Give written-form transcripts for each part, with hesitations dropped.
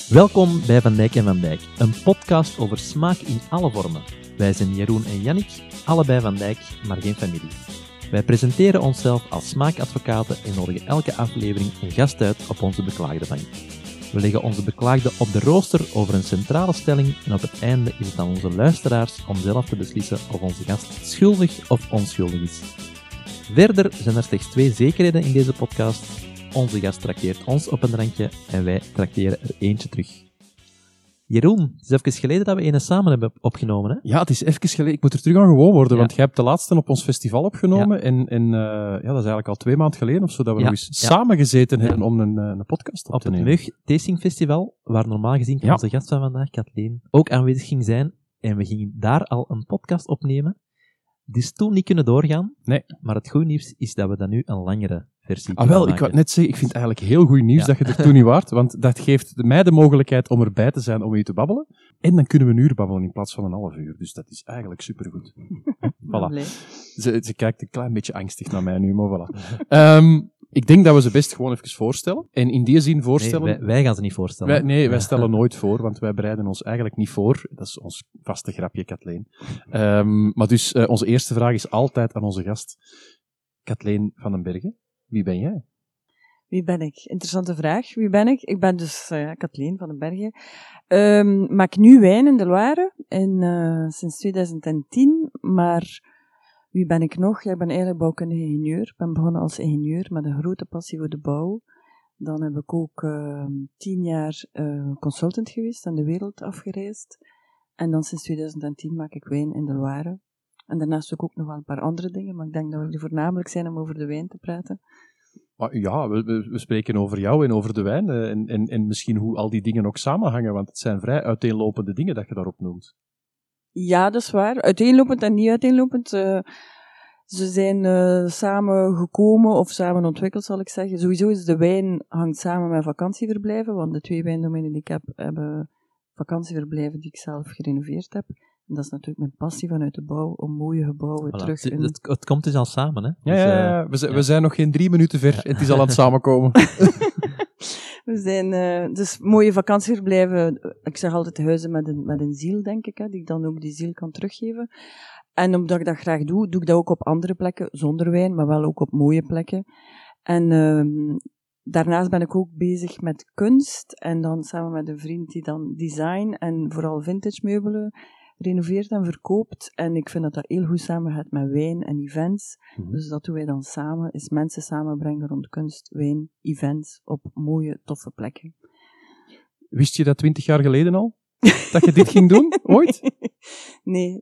Welkom bij Van Dijk en Van Dijk, een podcast over smaak in alle vormen. Wij zijn Jeroen en Jannik, allebei Van Dijk, maar geen familie. Wij presenteren onszelf als smaakadvocaten en nodigen elke aflevering een gast uit op onze beklaagde bank. We leggen onze beklaagde op de rooster over een centrale stelling en op het einde is het aan onze luisteraars om zelf te beslissen of onze gast schuldig of onschuldig is. Verder zijn er slechts 2 zekerheden in deze podcast. Onze gast trakteert ons op een drankje en wij trakteren er eentje terug. Jeroen, het is even geleden dat we ene samen hebben opgenomen, hè? Ja, het is even geleden. Ik moet er terug aan gewoon worden, Ja. want jij hebt de laatste op ons festival opgenomen. En dat is eigenlijk al 2 maanden geleden of zo, dat we nog eens samen gezeten hebben om een podcast op te nemen. Op het Meug Tasting Festival, waar normaal gezien onze gast van vandaag, Kathleen, ook aanwezig ging zijn. En we gingen daar al een podcast opnemen. Die is toen niet kunnen doorgaan. Nee. Maar het goede nieuws is dat we dan nu een langere versie Ah wel, kunnen ik wou maken. net zeggen, ik vind het eigenlijk heel goed nieuws dat je er toen niet waart, want dat geeft mij de mogelijkheid om erbij te zijn om u te babbelen. En dan kunnen we een uur babbelen in plaats van een half uur. Dus dat is eigenlijk supergoed. Voilà. Ze kijkt een klein beetje angstig naar mij nu, maar voilà. Ik denk dat we ze best gewoon even voorstellen. En in die zin voorstellen... Nee, wij gaan ze niet voorstellen. Wij stellen nooit voor, want wij bereiden ons eigenlijk niet voor. Dat is ons vaste grapje, Kathleen. Maar dus, onze eerste vraag is altijd aan onze gast, Kathleen van den Bergen. Wie ben jij? Wie ben ik? Interessante vraag. Wie ben ik? Ik ben dus Kathleen van den Bergen. Maak nu wijn in de Loire sinds 2010, maar wie ben ik nog? Ik ben eigenlijk bouwkundige ingenieur. Ik ben begonnen als ingenieur met een grote passie voor de bouw. Dan heb ik ook 10 jaar consultant geweest en de wereld afgereisd. En dan sinds 2010 maak ik wijn in de Loire. En daarnaast ook nog wel een paar andere dingen, maar ik denk dat we die voornamelijk zijn om over de wijn te praten. Ja, we spreken over jou en over de wijn en misschien hoe al die dingen ook samenhangen, want het zijn vrij uiteenlopende dingen dat je daarop noemt. Ja, dat is waar. Uiteenlopend en niet uiteenlopend. Ze zijn samen gekomen of samen ontwikkeld, zal ik zeggen. Sowieso is de wijn hangt samen met vakantieverblijven, want de 2 wijndomeinen die ik heb, hebben vakantieverblijven die ik zelf gerenoveerd heb. En dat is natuurlijk mijn passie vanuit de bouw, om mooie gebouwen terug in... Het komt dus al samen, hè? We zijn nog geen 3 minuten ver en het is al aan het samenkomen. We zijn dus mooie vakantieverblijven, ik zeg altijd huizen met een ziel, denk ik, hè, die ik dan ook die ziel kan teruggeven. En omdat ik dat graag doe, doe ik dat ook op andere plekken, zonder wijn, maar wel ook op mooie plekken. En daarnaast ben ik ook bezig met kunst, en dan samen met een vriend die dan design en vooral vintage meubelen renoveert en verkoopt. En ik vind dat dat heel goed samengaat met wijn en events. Mm-hmm. Dus dat doen wij dan samen, is mensen samenbrengen rond kunst, wijn, events op mooie, toffe plekken. Wist je dat 20 jaar geleden al? Dat je dit ging doen? Ooit? Nee.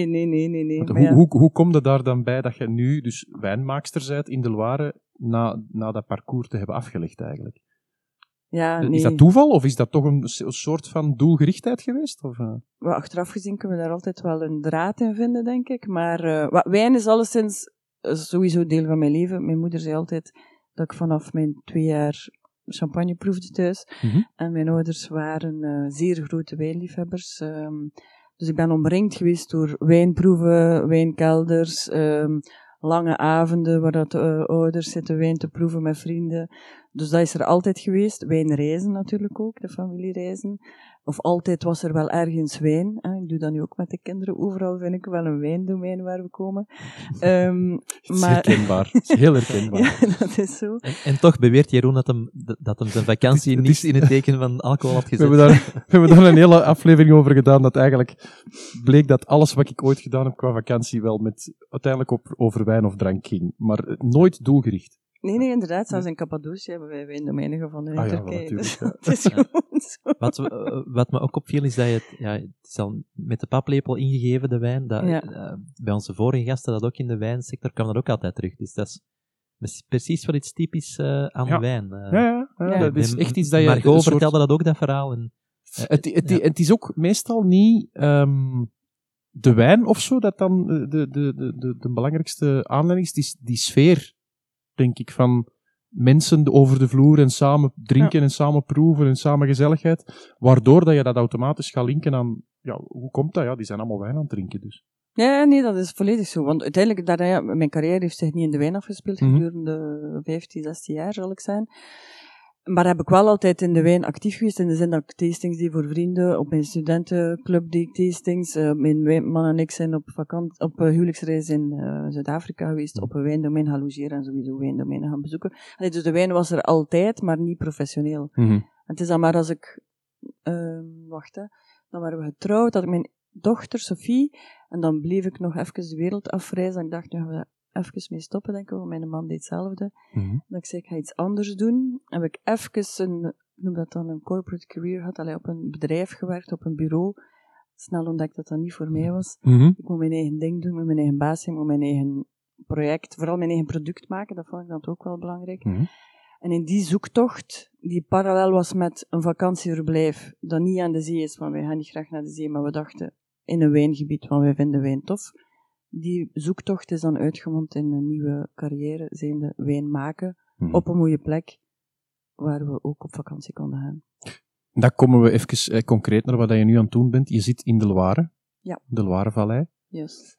Hoe kom je daar dan bij dat je nu dus wijnmaakster bent in de Loire na dat parcours te hebben afgelegd eigenlijk? Ja, nee. Is dat toeval of is dat toch een soort van doelgerichtheid geweest? Of? Well, achteraf gezien kunnen we daar altijd wel een draad in vinden, denk ik. Maar wijn is alleszins sowieso deel van mijn leven. Mijn moeder zei altijd dat ik vanaf mijn 2 jaar champagne proefde thuis. Mm-hmm. En mijn ouders waren zeer grote wijnliefhebbers. Dus ik ben omringd geweest door wijnproeven, wijnkelders, lange avonden waar dat ouders zitten wijn te proeven met vrienden. Dus dat is er altijd geweest. Wijnreizen natuurlijk ook, de familiereizen. Of altijd was er wel ergens wijn. Ik doe dat nu ook met de kinderen. Overal vind ik wel een wijndomein waar we komen. Het is herkenbaar. Het is heel herkenbaar. Ja, dat is zo. En toch beweert Jeroen dat hem zijn vakantie niet in het teken van alcohol had gezet. We hebben daar een hele aflevering over gedaan, dat eigenlijk bleek dat alles wat ik ooit gedaan heb qua vakantie wel uiteindelijk over wijn of drank ging. Maar nooit doelgericht. Nee, inderdaad. Zelfs in Cappadocia hebben wij wijndomeinen gevonden in Turkije. Wel, dus, ja. het is gewoon zo. Wat me ook opviel is dat het is al met de paplepel ingegeven, de wijn. Bij onze vorige gasten, dat ook in de wijnsector, kwam dat ook altijd terug. Dus dat is precies wat iets typisch aan wijn. Dat is echt iets dat je... Margot vertelde dat ook, dat verhaal. En, het is ook meestal niet de wijn of zo, dat dan de belangrijkste aanleiding is. Het is die sfeer, denk ik, van mensen over de vloer en samen drinken en samen proeven en samen gezelligheid, waardoor dat je dat automatisch gaat linken aan, hoe komt dat? Ja, die zijn allemaal wijn aan het drinken, dus. Ja, nee, dat is volledig zo. Want uiteindelijk, mijn carrière heeft zich niet in de wijn afgespeeld, gedurende 15, 16 jaar, zal ik zijn. Maar heb ik wel altijd in de wijn actief geweest, in de zin dat ik tastings deed voor vrienden. Op mijn studentenclub deed ik tastings. Mijn man en ik zijn op huwelijksreis in Zuid-Afrika geweest, op een wijndomein gaan logeren en sowieso wijndomeinen gaan bezoeken. Allee, dus de wijn was er altijd, maar niet professioneel. Mhm. En het is dan maar als ik... dan waren we getrouwd, had ik mijn dochter, Sophie, en dan bleef ik nog even de wereld afreizen. En ik dacht, nu gaan we even mee stoppen, denk ik, want mijn man deed hetzelfde. Mhm. Dat ik zei, ik ga iets anders doen. Heb ik even ik noem dat dan een corporate career gehad, op een bedrijf gewerkt, op een bureau. Snel ontdekt dat dat niet voor mij was. Mhm. Ik moet mijn eigen ding doen, met mijn eigen baas zijn, moet mijn eigen project, vooral mijn eigen product maken, dat vond ik dan ook wel belangrijk. Mhm. En in die zoektocht, die parallel was met een vakantieverblijf, dat niet aan de zee is, want wij gaan niet graag naar de zee, maar we dachten in een wijngebied, want wij vinden wijn tof. Die zoektocht is dan uitgemond in een nieuwe carrière, zijnde wijn maken, op een mooie plek, waar we ook op vakantie konden gaan. Dan komen we even concreet naar wat je nu aan het doen bent. Je zit in de Loire. Ja. De Loirevallei. Yes.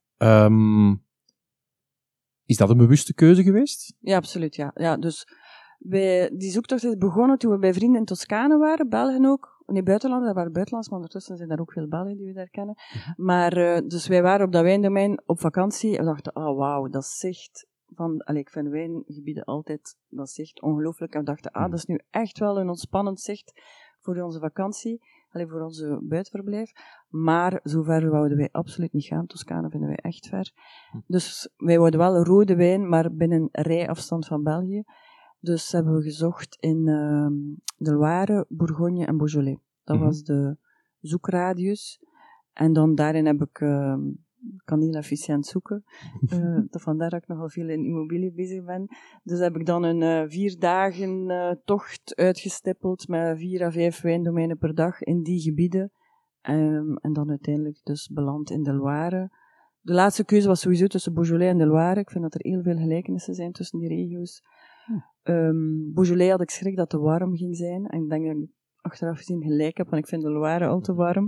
Is dat een bewuste keuze geweest? Ja, absoluut, ja. Ja, dus die zoektocht is begonnen toen we bij vrienden in Toscane waren, Belgen ook. Nee, buitenland, dat waren buitenlands, maar ondertussen zijn daar ook veel Belgen die we daar kennen. Maar, dus wij waren op dat wijndomein op vakantie en we dachten, wauw, dat zicht van, ik vind wijngebieden altijd, dat zicht ongelooflijk. En we dachten, dat is nu echt wel een ontspannend zicht voor onze vakantie, voor onze buitenverblijf. Maar zover wouden wij absoluut niet gaan. Toscane vinden wij echt ver. Dus wij wouden wel rode wijn, maar binnen rijafstand van België. Dus hebben we gezocht in de Loire, Bourgogne en Beaujolais. Dat was de zoekradius. En dan daarin heb ik kan heel efficiënt zoeken. Vandaar dat ik nogal veel in immobilie bezig ben. Dus heb ik dan een 4 dagen tocht uitgestippeld met 4 à 5 wijndomeinen per dag in die gebieden. En dan uiteindelijk dus beland in de Loire. De laatste keuze was sowieso tussen Beaujolais en de Loire. Ik vind dat er heel veel gelijkenissen zijn tussen die regio's. Beaujolais had ik schrik dat het te warm ging zijn. En ik denk dat ik achteraf gezien gelijk heb, want ik vind de Loire al te warm.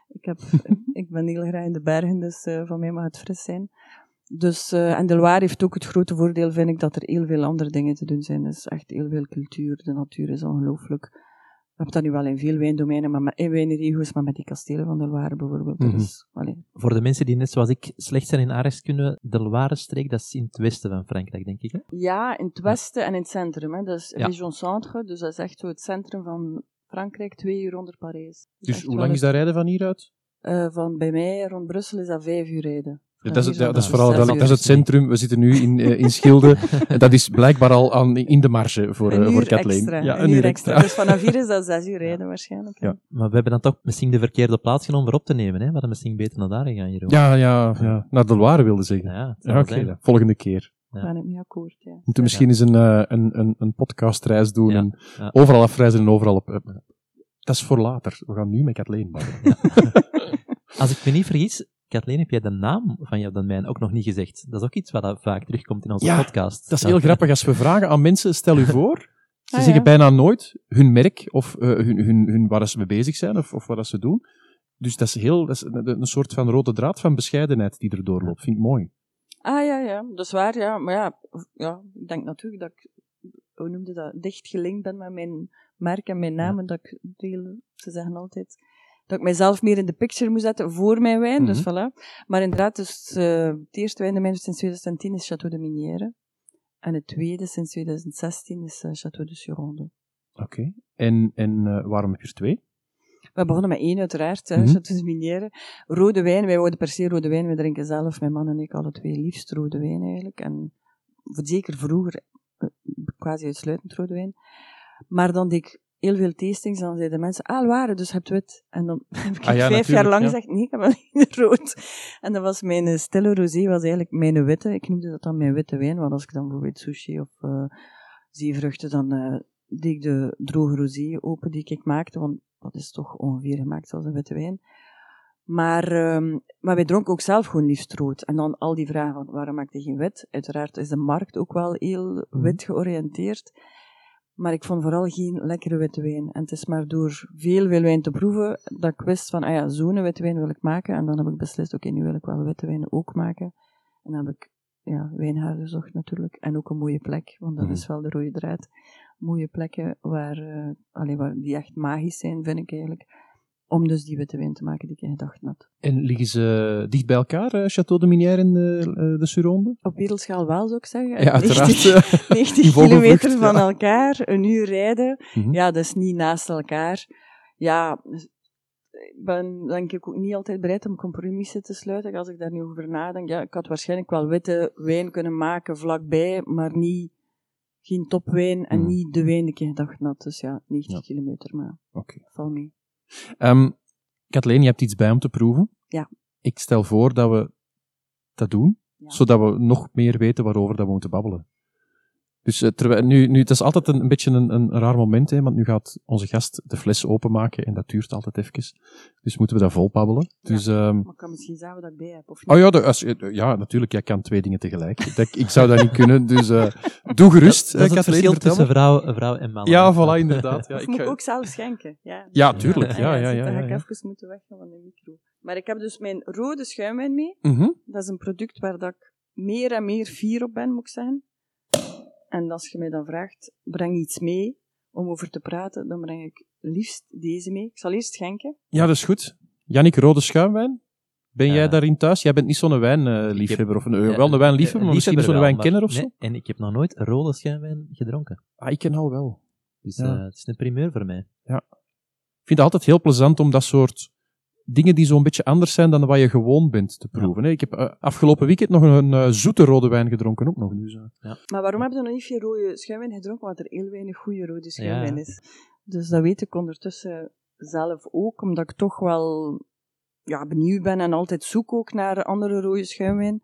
Ik ben heel graag in de bergen, dus van mij mag het fris zijn. Dus, en de Loire heeft ook het grote voordeel, vind ik, dat er heel veel andere dingen te doen zijn. Er is echt heel veel cultuur, de natuur is ongelooflijk. We hebben dat nu wel in veel wijndomeinen, maar in wijnregio's, maar met die kastelen van de Loire bijvoorbeeld. Dus, voor de mensen die net zoals ik slecht zijn in aardrijkskunde, de Loire-streek, dat is in het westen van Frankrijk, denk ik, hè? Ja, in het westen en in het centrum. Hè. Dat is Région Centre, dus dat is echt zo het centrum van Frankrijk, 2 uur onder Parijs. Dus hoe lang is dat rijden van hieruit? Van bij mij rond Brussel is dat 5 uur rijden. Ja, dat is vooral dat is het centrum. We zitten nu in Schilde. En dat is blijkbaar al in de marge voor Kathleen. Ja, een uur extra. Dus vanaf hier is dat 6 uur rijden waarschijnlijk. Ja. Maar we hebben dan toch misschien de verkeerde plaats genomen voor op te nemen. Hè? We hadden misschien beter naar daar gaan, Jeroen. Ja. Naar de Loire wilde zeggen. Ja, oké. Volgende keer. Ik ben het mee akkoord, ja. We moeten misschien eens een podcastreis doen. En Ja. overal afreizen en overal op... Dat is voor later. We gaan nu met Kathleen babbelen. Als ik me niet vergis, Kathleen, heb jij de naam van jouw domein ook nog niet gezegd? Dat is ook iets wat vaak terugkomt in onze podcast. Dat is heel grappig. Als we vragen aan mensen, stel u voor, ze zeggen bijna nooit hun merk of hun waar ze mee bezig zijn of wat ze doen. Dus dat is een soort van rode draad van bescheidenheid die er doorloopt. Vind ik mooi. Ja, dat is waar, ja. Maar ja, ik denk natuurlijk dat ik, hoe noemde dat, dicht gelinkt ben met mijn merk en mijn naam. En dat ik deel, ze zeggen altijd, dat ik mijzelf meer in de picture moet zetten voor mijn wijn. Dus voilà. Maar inderdaad, dus, het eerste wijndomein sinds 2010 is Château de Minière. En het tweede sinds 2016 is Château de Suronde. Oké. En waarom heb je er 2? We begonnen met 1 uiteraard, Château de Minière. Rode wijn, wij wouden per se rode wijn. We drinken zelf, mijn man en ik, alle 2 liefst rode wijn eigenlijk. En zeker vroeger quasi uitsluitend rode wijn. Maar dan deed ik heel veel tastings en dan zeiden mensen, Loire, dus je hebt wit. En dan heb ik 5 jaar lang gezegd, nee, ik heb alleen rood. En dat was mijn stille rosé, was eigenlijk mijn witte. Ik noemde dat dan mijn witte wijn, want als ik dan bijvoorbeeld sushi of zeevruchten, dan deed ik de droge rosé open die ik maakte, want dat is toch ongeveer gemaakt zoals een witte wijn. Maar wij dronken ook zelf gewoon liefst rood. En dan al die vragen van, waarom maak je geen wit? Uiteraard is de markt ook wel heel wit georiënteerd. Maar ik vond vooral geen lekkere witte wijn. En het is maar door veel wijn te proeven, dat ik wist van, zo'n witte wijn wil ik maken. En dan heb ik beslist, oké, nu wil ik wel witte wijnen ook maken. En dan heb ik wijngaarden gezocht natuurlijk. En ook een mooie plek, want dat is wel de rode draad. mooie plekken waar die echt magisch zijn, vind ik eigenlijk. Om dus die witte wijn te maken die ik in gedachten had. En liggen ze dicht bij elkaar, Château de Minière en de Suronde? Op wereldschaal wel, zou ik zeggen. Ja, uiteraard. 90 kilometer van elkaar, een uur rijden. Mhm. Ja, dat is niet naast elkaar. Ja, ik ben denk ik ook niet altijd bereid om compromissen te sluiten. Als ik daar nu over nadenk, ja, ik had waarschijnlijk wel witte wijn kunnen maken vlakbij, maar geen topwijn en niet de wijn die ik gedacht had. Dus ja, 90 kilometer, maar val mee. Kathleen, je hebt iets bij om te proeven. Ja. Ik stel voor dat we dat doen, zodat we nog meer weten waarover dat we moeten babbelen. Dus nu, het is altijd een beetje een raar moment, hè, want nu gaat onze gast de fles openmaken en dat duurt altijd even. Dus moeten we dat vol babbelen. Dus, maar ik kan misschien zeggen wat ik bij heb, of niet? Oh ja, natuurlijk, jij kan 2 dingen tegelijk. Ik zou dat niet kunnen, dus doe gerust. Dat is het Kathleen, verschil vertel tussen me. vrouw en man. Ja, voilà, inderdaad. Ja, Of moet ik ook zelf schenken? Ja, tuurlijk. Ja. Dan ga ik even moeten weggaan van de micro. Maar ik heb dus mijn rode schuimwijn mee. Dat is een product waar dat ik meer en meer fier op ben, moet ik zeggen. En als je mij dan vraagt, breng iets mee om over te praten, dan breng ik liefst deze mee. Ik zal eerst schenken. Ja, dat is goed. Jannik, rode schuimwijn. Ben jij daarin thuis? Jij bent niet zo'n wijnliefhebber, of wel een wijnliefhebber, maar misschien niet zo'n wijnkenner of zo? Nee, en ik heb nog nooit rode schuimwijn gedronken. Ik ken al wel. Dus het is een primeur voor mij. Ja. Ik vind het altijd heel plezant om dat soort dingen die zo'n beetje anders zijn dan wat je gewoon bent te proeven. Ja. Ik heb afgelopen weekend nog een zoete rode wijn gedronken ook nog. Dus, Maar waarom heb je nog niet veel rode schuimwijn gedronken? Want er heel weinig goede rode schuimwijn is. Dus dat weet ik ondertussen zelf ook, omdat ik toch wel benieuwd ben en altijd zoek ook naar andere rode schuimwijn.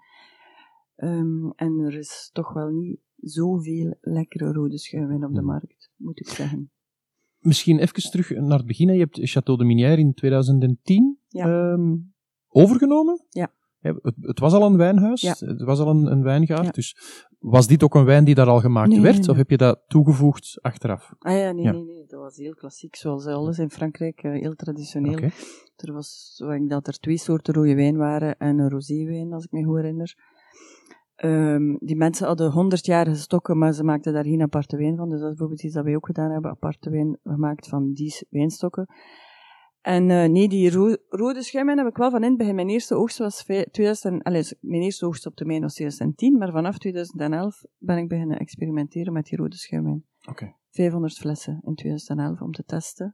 En er is toch wel niet zoveel lekkere rode schuimwijn op de markt, moet ik zeggen. Misschien even terug naar het begin. Je hebt Château de Minière in 2010 overgenomen. Ja. Het was al een wijnhuis, het was al een wijngaard. Ja. Dus was dit ook een wijn die daar al gemaakt werd? Nee. Of heb je dat toegevoegd achteraf? Nee. Dat was heel klassiek, zoals alles in Frankrijk, heel traditioneel. Okay. Er was, zo denk dat er 2 soorten rode wijn waren en een roséwijn, als ik me goed herinner. Die mensen hadden 100-jarige stokken, maar ze maakten daar geen aparte wijn van. Dus dat is bijvoorbeeld iets dat wij ook gedaan hebben, aparte wijn gemaakt van die wijnstokken. En die rode schuimwijn heb ik wel van in het begin. Mijn eerste oogst was mijn eerste oogst op termijn was 2010, maar vanaf 2011 ben ik beginnen experimenteren met die rode schuimwijn. 500 flessen in 2011 om te testen.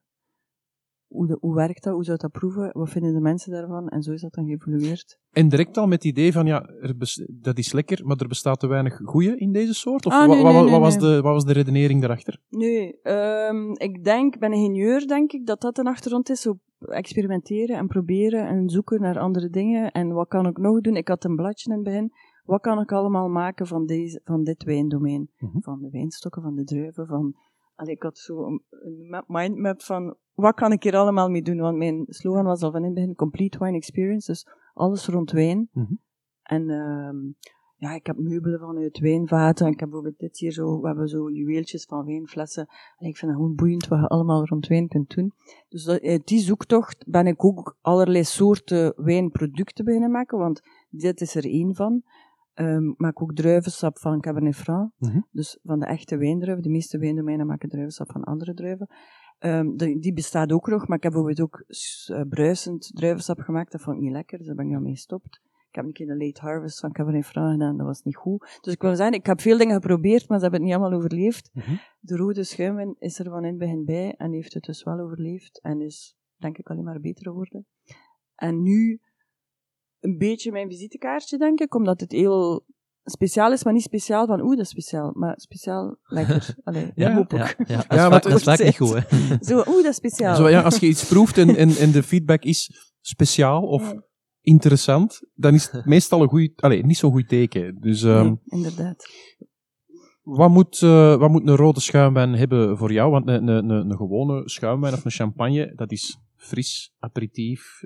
Hoe werkt dat? Hoe zou dat proeven? Wat vinden de mensen daarvan? En zo is dat dan geëvolueerd. En direct al met het idee van, dat is lekker, maar er bestaat te weinig goeie in deze soort? Of wat was de redenering daarachter? Nee, ik ben ingenieur, denk ik, dat een achtergrond is. Zo experimenteren en proberen en zoeken naar andere dingen. En wat kan ik nog doen? Ik had een bladje in het begin. Wat kan ik allemaal maken van dit wijndomein? Van de wijnstokken, van de druiven, ik had zo een mindmap van wat kan ik hier allemaal mee doen, want mijn slogan was al van in het begin Complete Wine Experience, dus alles rond wijn. En ik heb meubelen vanuit wijnvaten, en ik heb bijvoorbeeld dit hier zo, we hebben zo juweeltjes van wijnflessen, en ik vind het gewoon boeiend wat je allemaal rond wijn kunt doen. Dus uit die zoektocht ben ik ook allerlei soorten wijnproducten beginnen maken, want dit is er 1 van. Maak ook druivensap van Cabernet Franc, dus van de echte wijndruiven. De meeste wijndomeinen maken druivensap van andere druiven. Die bestaat ook nog, maar ik heb bijvoorbeeld ook bruisend druivensap gemaakt. Dat vond ik niet lekker, dus daar ben ik mee gestopt. Ik heb een keer de late harvest van Cabernet Franc gedaan, dat was niet goed. Dus ik wil zeggen, ik heb veel dingen geprobeerd, maar ze hebben het niet allemaal overleefd. De rode schuimwijn is er van in het begin bij en heeft het dus wel overleefd en is, denk ik, alleen maar beter geworden. En nu een beetje mijn visitekaartje, denk ik, omdat het heel speciaal is, maar niet speciaal van, dat is speciaal, maar speciaal lekker. Allee, hoop ik. Maar dat is vaak niet goed, hè. Zo, dat is speciaal. Zo, als je iets proeft en de feedback is speciaal of interessant, dan is het meestal niet zo'n goed teken. Dus, nee, inderdaad. Wat moet een rode schuimwijn hebben voor jou? Want een gewone schuimwijn of een champagne, dat is fris, aperitief.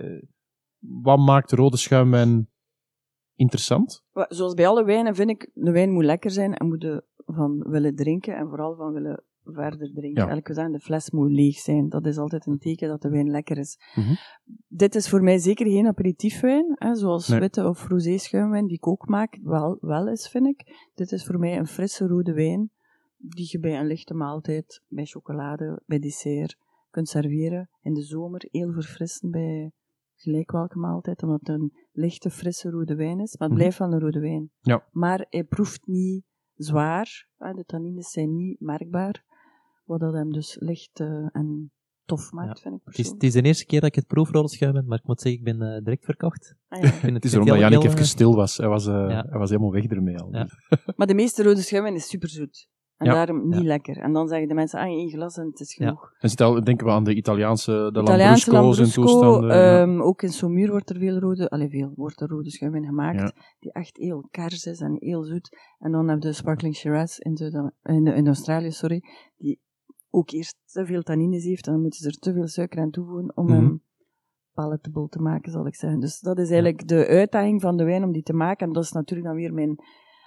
Wat maakt rode schuimwijn interessant? Zoals bij alle wijnen vind ik, de wijn moet lekker zijn en moet je van willen drinken en vooral van willen verder drinken. Eigenlijk zeggen, de fles moet leeg zijn. Dat is altijd een teken dat de wijn lekker is. Dit is voor mij zeker geen aperitiefwijn, zoals witte of rosé schuimwijn, die ik ook maak, wel is, vind ik. Dit is voor mij een frisse rode wijn, die je bij een lichte maaltijd, bij chocolade, bij dessert, kunt serveren. In de zomer heel verfrissend bij gelijk welke maaltijd, omdat het een lichte, frisse rode wijn is. Maar het blijft wel een rode wijn. Ja. Maar hij proeft niet zwaar. De tannines zijn niet merkbaar. Wat dat hem dus licht en tof maakt, vind ik persoonlijk. Het is de eerste keer dat ik het proef, rode schuim ben, maar ik moet zeggen, ik ben direct verkocht. Ah, ja. Het is erom dat Jannik even stil was. Hij was helemaal weg ermee al. Ja. Maar de meeste rode schuimwijn is superzoet. En Ja. daarom niet lekker. En dan zeggen de mensen, één glas en het is genoeg. Dan zit al, denken we aan de Italiaanse Italiaanse Lambrusco's en toestanden. Ook in Saumur wordt er wordt er rode schuimwijn gemaakt, die echt heel kers is en heel zoet. En dan heb je de Sparkling Shiraz in Australië, die ook eerst te veel tannines heeft, en dan moeten ze er te veel suiker aan toevoegen om hem palatable te maken, zal ik zeggen. Dus dat is eigenlijk de uitdaging van de wijn om die te maken. En dat is natuurlijk dan weer mijn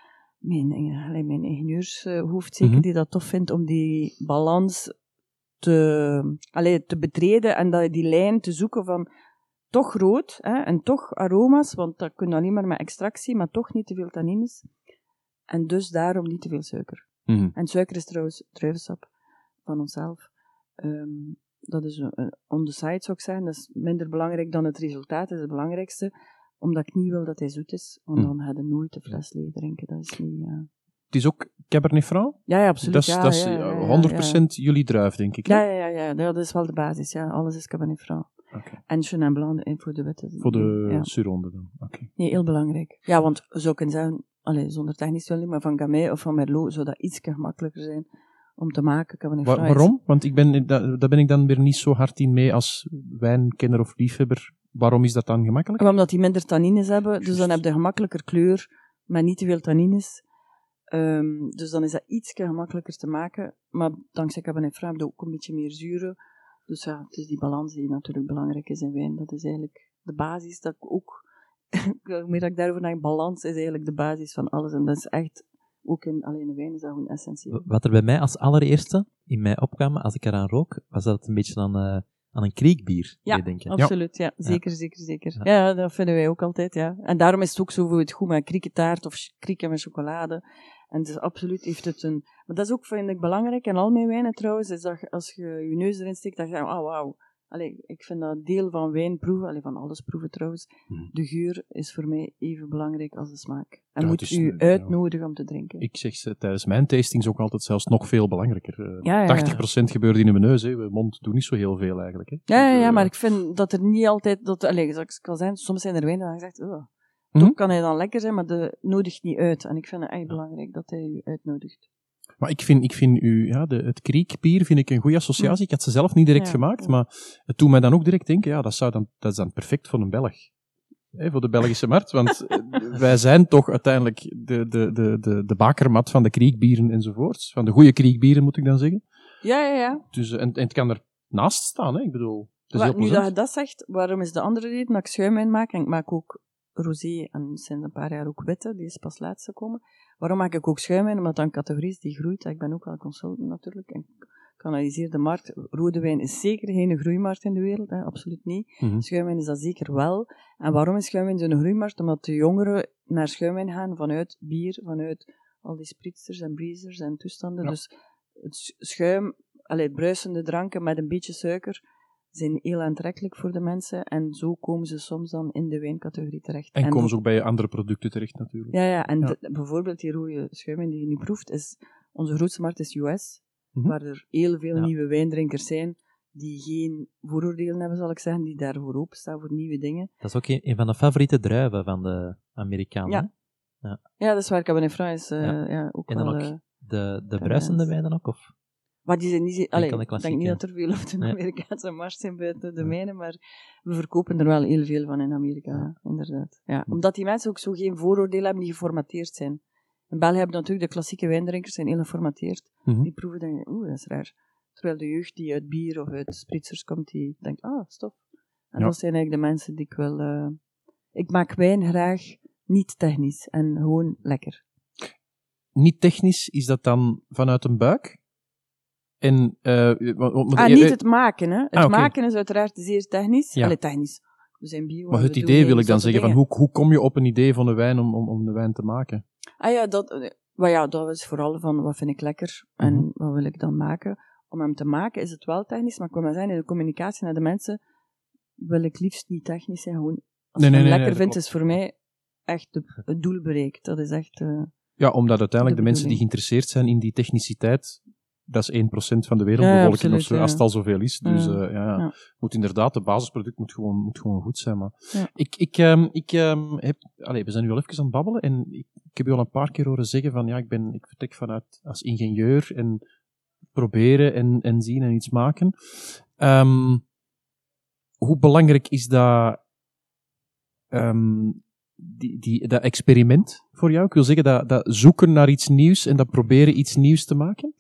ingenieurshoofd zeker, die dat tof vindt om die balans te betreden en die lijn te zoeken van toch rood en toch aroma's, want dat kun je alleen maar met extractie, maar toch niet te veel tannines. En dus daarom niet te veel suiker. En suiker is trouwens druivensap van onszelf. Dat is on the side, zou ik zeggen. Dat is minder belangrijk dan het resultaat, dat is het belangrijkste. Omdat ik niet wil dat hij zoet is, want dan ga je nooit de fles leeg drinken. Dat is niet... Het is ook Cabernet Franc? Ja, absoluut. Dat is 100% jullie druif, denk ik. Ja, dat is wel de basis. Ja. Alles is Cabernet Franc. Okay. En Chenin Blanc voor de witte. Voor de Suronde dan. Okay. Nee, heel belangrijk. Ja, want we zou kunnen zeggen, zonder technisch te maar van Gamay of van Merlot zou dat iets gemakkelijker zijn om te maken. Cabernet Franc. Waarom? Want daar ben ik dan weer niet zo hard in mee als wijnkenner of liefhebber. Waarom is dat dan gemakkelijk? Omdat die minder tannines hebben, dus dan heb je gemakkelijker kleur, maar niet te veel tannines. Dus dan is dat iets gemakkelijker te maken. Maar dankzij Cabernet Franc heb je ook een beetje meer zuren. Dus ja, het is die balans die natuurlijk belangrijk is in wijn. Dat is eigenlijk de basis dat ik ook... hoe meer dat ik daarover denk, balans is eigenlijk de basis van alles. En dat is echt... Ook in alleen de wijn is dat gewoon essentieel. Wat er bij mij als allereerste in mij opkwam, als ik eraan rook, was dat het een beetje aan een kriekbier. Ja, denken. absoluut. Ja. Zeker. Ja, dat vinden wij ook altijd, ja. En daarom is het ook zo goed met kriekentaart of krieken met chocolade. En dus absoluut heeft het een... Maar dat is ook, vind ik, belangrijk in al mijn wijnen trouwens, is dat als je je neus erin steekt, dat je denkt, wauw. Ik vind dat deel van wijn proeven, van alles proeven trouwens, de geur is voor mij even belangrijk als de smaak. En moet u uitnodigen om te drinken. Ik zeg ze tijdens mijn tastings ook altijd zelfs nog veel belangrijker. 80% gebeurt in mijn neus, mijn mond doet niet zo heel veel eigenlijk. Hè. Maar ik vind dat er niet altijd, zoals ik kan zeggen, soms zijn er wijnen dat je zegt, toch kan hij dan lekker zijn, maar de nodigt niet uit. En ik vind het echt belangrijk dat hij u uitnodigt. Maar ik vind het kriekbier vind ik een goede associatie. Ik had ze zelf niet direct gemaakt, maar het doet mij dan ook direct denken, dat is dan perfect voor een Belg. Voor de Belgische markt, want wij zijn toch uiteindelijk de bakermat van de kriekbieren enzovoorts. Van de goede kriekbieren, moet ik dan zeggen. Ja. Dus, en het kan er naast staan, hè. Ik bedoel, het is heel nu dat je dat zegt, waarom is de andere reden dat ik schuimwijn maak? En ik maak ook rosé en sinds een paar jaar ook witte, die is pas laatst gekomen. Waarom maak ik ook schuimwijn? Omdat dat een categorie is die groeit. Ik ben ook wel consultant natuurlijk en ik analyseer de markt. Rode wijn is zeker geen groeimarkt in de wereld, absoluut niet. Schuimwijn is dat zeker wel. En waarom is schuimwijn zo'n groeimarkt? Omdat de jongeren naar schuimwijn gaan vanuit bier, vanuit al die spritzers en breezers en toestanden. Ja. Dus het schuim, bruisende dranken met een beetje suiker, zijn heel aantrekkelijk voor de mensen en zo komen ze soms dan in de wijncategorie terecht. En komen ze ook bij andere producten terecht natuurlijk. Bijvoorbeeld die rode schuimwijn die je nu proeft, onze grootste markt is US, waar er heel veel nieuwe wijndrinkers zijn die geen vooroordelen hebben, zal ik zeggen, die daarvoor openstaan voor nieuwe dingen. Dat is ook een van de favoriete druiven van de Amerikanen. Ja, dat is waar Cabernet Franc is ook en dan wel... ook de bruisende wijnen ook, of... Maar die zijn niet... ik denk niet dat er veel op de Amerikaanse markt zijn buiten de mijne, maar we verkopen er wel heel veel van in Amerika, inderdaad. Ja, omdat die mensen ook zo geen vooroordelen hebben die geformateerd zijn. In België hebben natuurlijk de klassieke wijndrinkers zijn heel geformateerd. Die proeven en denken, dat is raar. Terwijl de jeugd die uit bier of uit spritzers komt, die denkt, stof. En dat zijn eigenlijk de mensen die ik wil... Ik maak wijn graag niet technisch en gewoon lekker. Niet technisch, is dat dan vanuit een buik? En, niet het maken, hè. Het maken is uiteraard zeer technisch. Ja. Technisch. We zijn bio. Maar het idee wil ik dan zeggen, van hoe kom je op een idee van een wijn om de wijn te maken? Maar ja, dat is vooral van, wat vind ik lekker en Mhm. wat wil ik dan maken. Om hem te maken is het wel technisch, maar ik wil maar zeggen, in de communicatie naar de mensen wil ik liefst niet technisch zijn. Gewoon, als je hem lekker dat vindt, klopt. is voor mij echt het doel bereikt. Dat is echt... Ja, omdat uiteindelijk de de mensen die bedoeling. geïnteresseerd zijn in die techniciteit, dat is 1% van de Ja, wereldbevolking absoluut, of zo, ja. als het al zoveel is. Dus Ja. moet inderdaad, de basisproduct moet gewoon goed zijn. Maar Ja. we zijn nu al even aan het babbelen en ik heb je al een paar keer horen zeggen van, ja, ik vertrek vanuit als ingenieur en proberen en zien en iets maken. Hoe belangrijk is dat, dat experiment voor jou? Ik wil zeggen, dat zoeken naar iets nieuws en dat proberen iets nieuws te maken?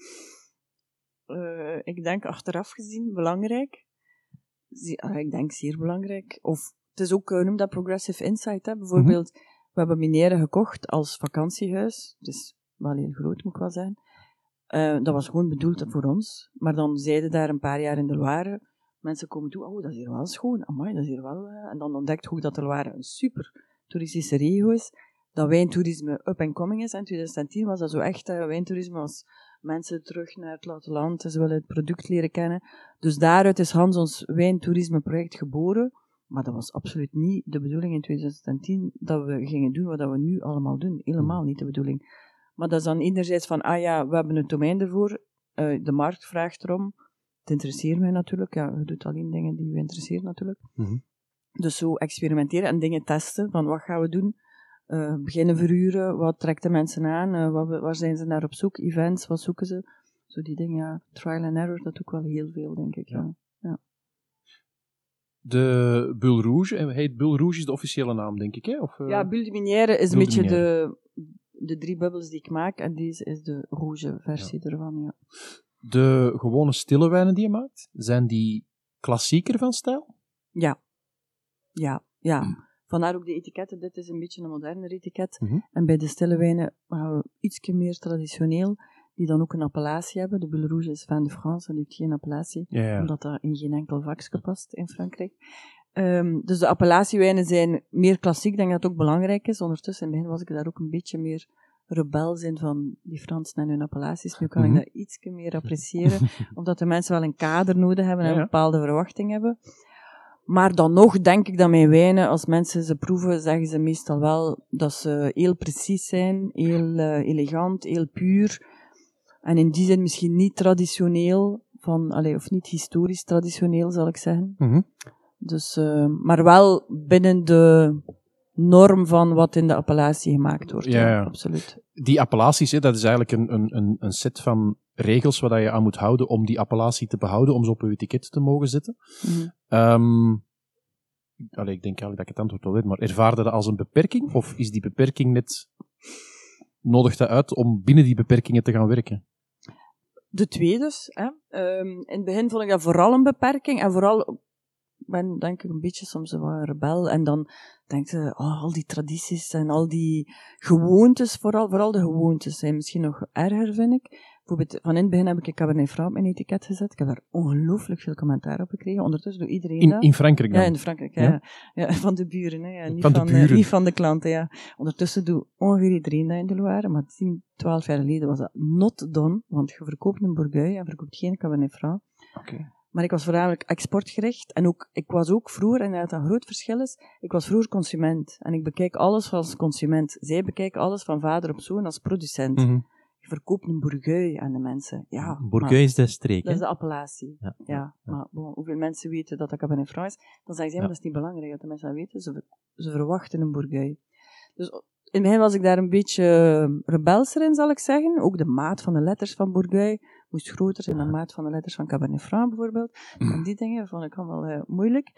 Ik denk achteraf gezien belangrijk. Ik denk zeer belangrijk. Of het is ook, noem dat Progressive Insight. Hè. Bijvoorbeeld, we hebben Minere gekocht als vakantiehuis. Het is wel heel groot, moet ik wel zeggen. Dat was gewoon bedoeld voor ons. Maar dan zeiden daar een paar jaar in de Loire, mensen komen toe, oh, dat is hier wel schoon. Amai, dat is hier wel... En dan ontdekt hoe dat de Loire een super toeristische regio is. Dat wijntoerisme up and coming is. En in 2010 was dat zo echt, wijntoerisme was mensen terug naar het platteland, ze willen het product leren kennen. Dus daaruit is Hans ons wijntoerisme-project geboren. Maar dat was absoluut niet de bedoeling in 2010 dat we gingen doen wat we nu allemaal doen. Helemaal niet de bedoeling. Maar dat is dan enerzijds van, we hebben een domein ervoor, de markt vraagt erom. Het interesseert mij natuurlijk. Ja, je doet alleen dingen die je interesseren natuurlijk. Mm-hmm. Dus zo experimenteren en dingen testen, van wat gaan we doen? Beginnen verhuren, wat trekt de mensen aan, waar zijn ze naar op zoek, events, wat zoeken ze? Zo die dingen, ja. Trial and error, dat doe ik wel heel veel, denk ik. Ja. De Bulle Rouge, Bulle Rouge is de officiële naam, denk ik, hè? Of, Ja, Bulle de Minière is een Bulle de beetje de 3 bubbels die ik maak, en deze is de rouge versie ervan, ja. De gewone stille wijnen die je maakt, zijn die klassieker van stijl? Ja. Vandaar ook de etiketten. Dit is een beetje een moderner etiket. Mm-hmm. En bij de stille wijnen gaan we iets meer traditioneel, die dan ook een appellatie hebben. De Bulle Rouge is Vin de France en die heeft geen appellatie, omdat dat in geen enkel vakje past in Frankrijk. Dus de appellatiewijnen zijn meer klassiek. Ik denk dat het ook belangrijk is. Ondertussen, in het begin was ik daar ook een beetje meer rebels in van die Fransen en hun appellaties. Nu kan ik dat iets meer appreciëren, omdat de mensen wel een kader nodig hebben en een bepaalde verwachting hebben. Maar dan nog denk ik dat mijn wijnen, als mensen ze proeven, zeggen ze meestal wel dat ze heel precies zijn, heel elegant, heel puur. En in die zin misschien niet traditioneel, of niet historisch traditioneel, zal ik zeggen. Mm-hmm. Dus, maar wel binnen de norm van wat in de appellatie gemaakt wordt. Ja, absoluut. Die appellaties, dat is eigenlijk een set van regels waar je aan moet houden om die appellatie te behouden, om ze op je etiket te mogen zetten. Mm-hmm. Ik denk eigenlijk dat ik het antwoord al weet, maar ervaarde dat als een beperking? Of is die beperking net... nodigt dat uit om binnen die beperkingen te gaan werken? De twee dus. Hè. In het begin vond ik dat vooral een beperking. En vooral, ik ben denk ik een beetje soms een rebel. En dan denk je, al die tradities en al die gewoontes, vooral de gewoontes zijn misschien nog erger, vind ik. Bijvoorbeeld, van in het begin heb ik Cabernet Franc op mijn etiket gezet. Ik heb daar ongelooflijk veel commentaar op gekregen. Ondertussen doet iedereen dat. In Frankrijk dan? Ja, in Frankrijk, ja. Van de buren, hè. Ja. Niet van de klanten, ja. Ondertussen doet ongeveer iedereen dat in de Loire, maar 10, 12 jaar geleden was dat not done, want je verkoopt een Bourgogne en verkoopt geen Cabernet Franc. Okay. Maar ik was voornamelijk exportgericht en ik was ook vroeger, en dat een groot verschil is, ik was vroeger consument. En ik bekijk alles als consument. Zij bekijken alles van vader op zoon als producent. Mm-hmm. Je verkoopt een Bourgogne aan de mensen. Ja, Bourgogne is de streek, dat is de appellatie. Ja. Maar hoeveel mensen weten dat Cabernet Franc is? Dan zeggen ze, maar dat is niet belangrijk dat de mensen dat weten. Ze verwachten een Bourgogne. Dus in het begin was ik daar een beetje rebelser in, zal ik zeggen. Ook de maat van de letters van Bourgogne moest groter zijn dan de maat van de letters van Cabernet Franc, bijvoorbeeld. En die dingen vond ik allemaal moeilijk.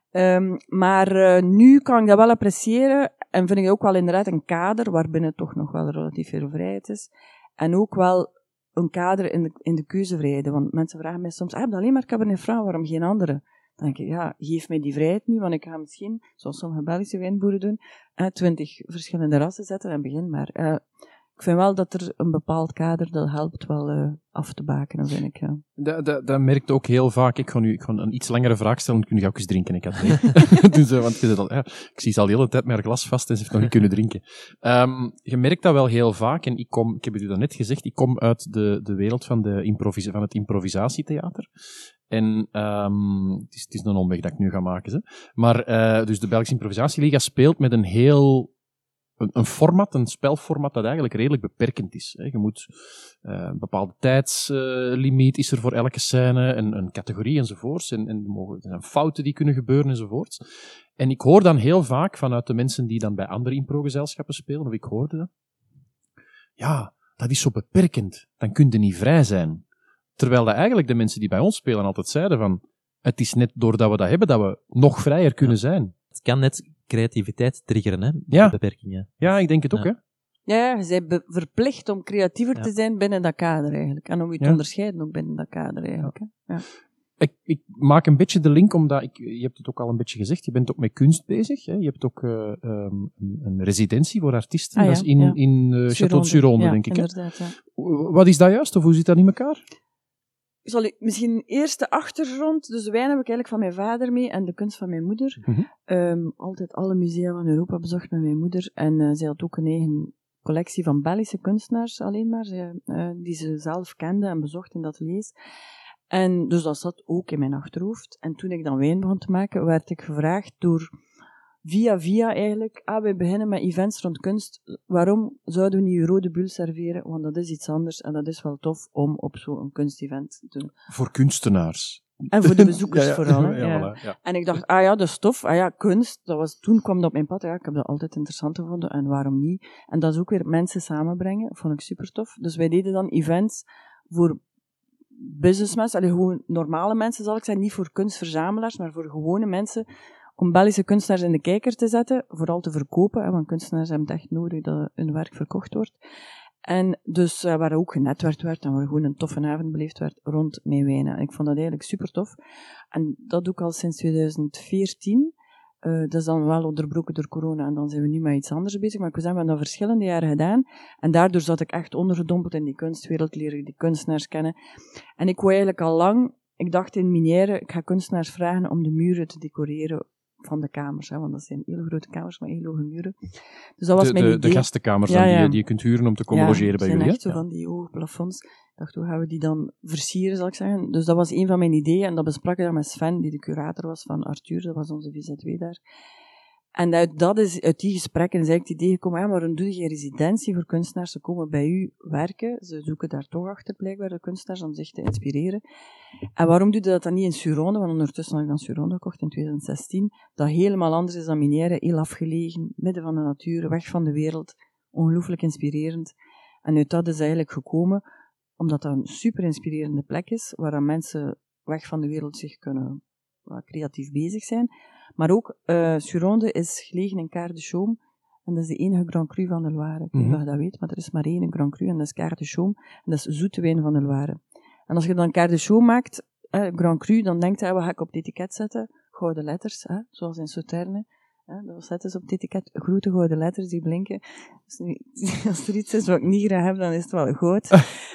Maar nu kan ik dat wel appreciëren. En vind ik ook wel inderdaad een kader waarbinnen toch nog wel relatief veel vrijheid is. En ook wel een kader in de keuzevrijheid. Want mensen vragen mij soms, heb je alleen maar Cabernet Franc, waarom geen andere? Dan denk ik, geef mij die vrijheid niet, want ik ga misschien, zoals sommige Belgische wijnboeren doen, 20 verschillende rassen zetten en begin maar. ik vind wel dat er een bepaald kader, dat helpt wel af te bakenen, vind ik. Ja. Dat merkt ook heel vaak. Ik ga een iets langere vraag stellen, dan kun je ook eens drinken. Ik dus, want ik zie ze al de hele tijd met haar glas vast en ze heeft nog niet kunnen drinken. Je merkt dat wel heel vaak, en ik heb het u daarnet gezegd, ik kom uit de wereld van het improvisatietheater. En het is een omweg dat ik nu ga maken. Hè. Maar dus de Belgische Improvisatieliga speelt met een format, een spelformat dat eigenlijk redelijk beperkend is. Hè. Je moet een bepaalde tijdslimiet is er voor elke scène, een categorie enzovoorts. En er zijn fouten die kunnen gebeuren enzovoorts. En ik hoor dan heel vaak vanuit de mensen die dan bij andere improgezelschappen spelen, of ik hoorde dat, ja, dat is zo beperkend, dan kun je niet vrij zijn. Terwijl dat eigenlijk de mensen die bij ons spelen altijd zeiden van, het is net doordat we dat hebben, dat we nog vrijer kunnen zijn. Het kan net creativiteit triggeren, hè? Ja. Beperkingen. Ja, ik denk het ook, hè. Ja, je bent verplicht om creatiever te zijn binnen dat kader eigenlijk. En om je te onderscheiden ook binnen dat kader eigenlijk. Hè. Ja. Ik maak een beetje de link, omdat je hebt het ook al een beetje gezegd, je bent ook met kunst bezig. Hè? Je hebt ook een residentie voor artiesten. Dat is in Château de Suronde, denk ik. Inderdaad, ja. Wat is dat juist, of hoe zit dat in elkaar? Ik zal u misschien eerst de achtergrond. Dus de wijn heb ik eigenlijk van mijn vader mee en de kunst van mijn moeder. Mm-hmm. Altijd alle musea van Europa bezocht met mijn moeder. En zij had ook een eigen collectie van Belgische kunstenaars alleen maar, die ze zelf kende en bezocht in de ateliers. En dus dat zat ook in mijn achterhoofd. En toen ik dan wijn begon te maken, werd ik gevraagd door via eigenlijk, wij beginnen met events rond kunst. Waarom zouden we niet een rode bull serveren? Want dat is iets anders en dat is wel tof om op zo'n kunstevent te doen. Voor kunstenaars. En voor de bezoekers vooral. Hè. Voilà, ja. En ik dacht, dat is tof. Kunst, toen kwam dat op mijn pad. Ja, ik heb dat altijd interessant gevonden en waarom niet? En dat is ook weer mensen samenbrengen, vond ik super tof. Dus wij deden dan events voor businessmensen, gewoon normale mensen zal ik zeggen, niet voor kunstverzamelaars, maar voor gewone mensen, om Belgische kunstenaars in de kijker te zetten, vooral te verkopen, want kunstenaars hebben het echt nodig dat hun werk verkocht wordt. En dus waar ook genetwerkt werd en waar gewoon een toffe avond beleefd werd rond mijn wijnen. En ik vond dat eigenlijk super tof. En dat doe ik al sinds 2014. Dat is dan wel onderbroken door corona en dan zijn we nu met iets anders bezig. Maar ik we hebben dat verschillende jaren gedaan. En daardoor zat ik echt ondergedompeld in die kunstwereld, leer ik die kunstenaars kennen. En ik wou eigenlijk al lang, ik dacht in Minière, ik ga kunstenaars vragen om de muren te decoreren van de kamers. Want dat zijn hele grote kamers met hele hoge muren. Dus dat was mijn idee. De gastenkamers die je kunt huren om te komen logeren bij jullie. Ja, dat zijn echt zo van die hoge plafonds. Ik dacht, hoe gaan we die dan versieren, zal ik zeggen. Dus dat was een van mijn ideeën. En dat besprak ik dan met Sven, die de curator was van Arthur. Dat was onze VZW daar. En uit die gesprekken is eigenlijk het idee gekomen, maar waarom doe je geen residentie voor kunstenaars? Ze komen bij u werken. Ze zoeken daar toch achter, blijkbaar, de kunstenaars, om zich te inspireren. En waarom doe je dat dan niet in Suronde? Want ondertussen had ik dan Suronde gekocht in 2016. Dat helemaal anders is dan Minière, heel afgelegen, midden van de natuur, weg van de wereld. Ongelooflijk inspirerend. En uit dat is eigenlijk gekomen, omdat dat een super inspirerende plek is, waar dan mensen weg van de wereld zich kunnen creatief bezig zijn. Maar ook, Suronde is gelegen in Quart de Chaume. En dat is de enige Grand Cru van de Loire. Ik weet niet of je dat weet, maar er is maar één Grand Cru en dat is Quart de Chaume. En dat is zoete wijn van de Loire. En als je dan Quart de Chaume maakt, Grand Cru, dan denkt je, wat ga ik op het etiket zetten? Gouden letters, zoals in Sauternes. Dat zetten ze op het etiket, grote gouden letters die blinken. Dus nu, als er iets is wat ik niet graag heb, dan is het wel goud.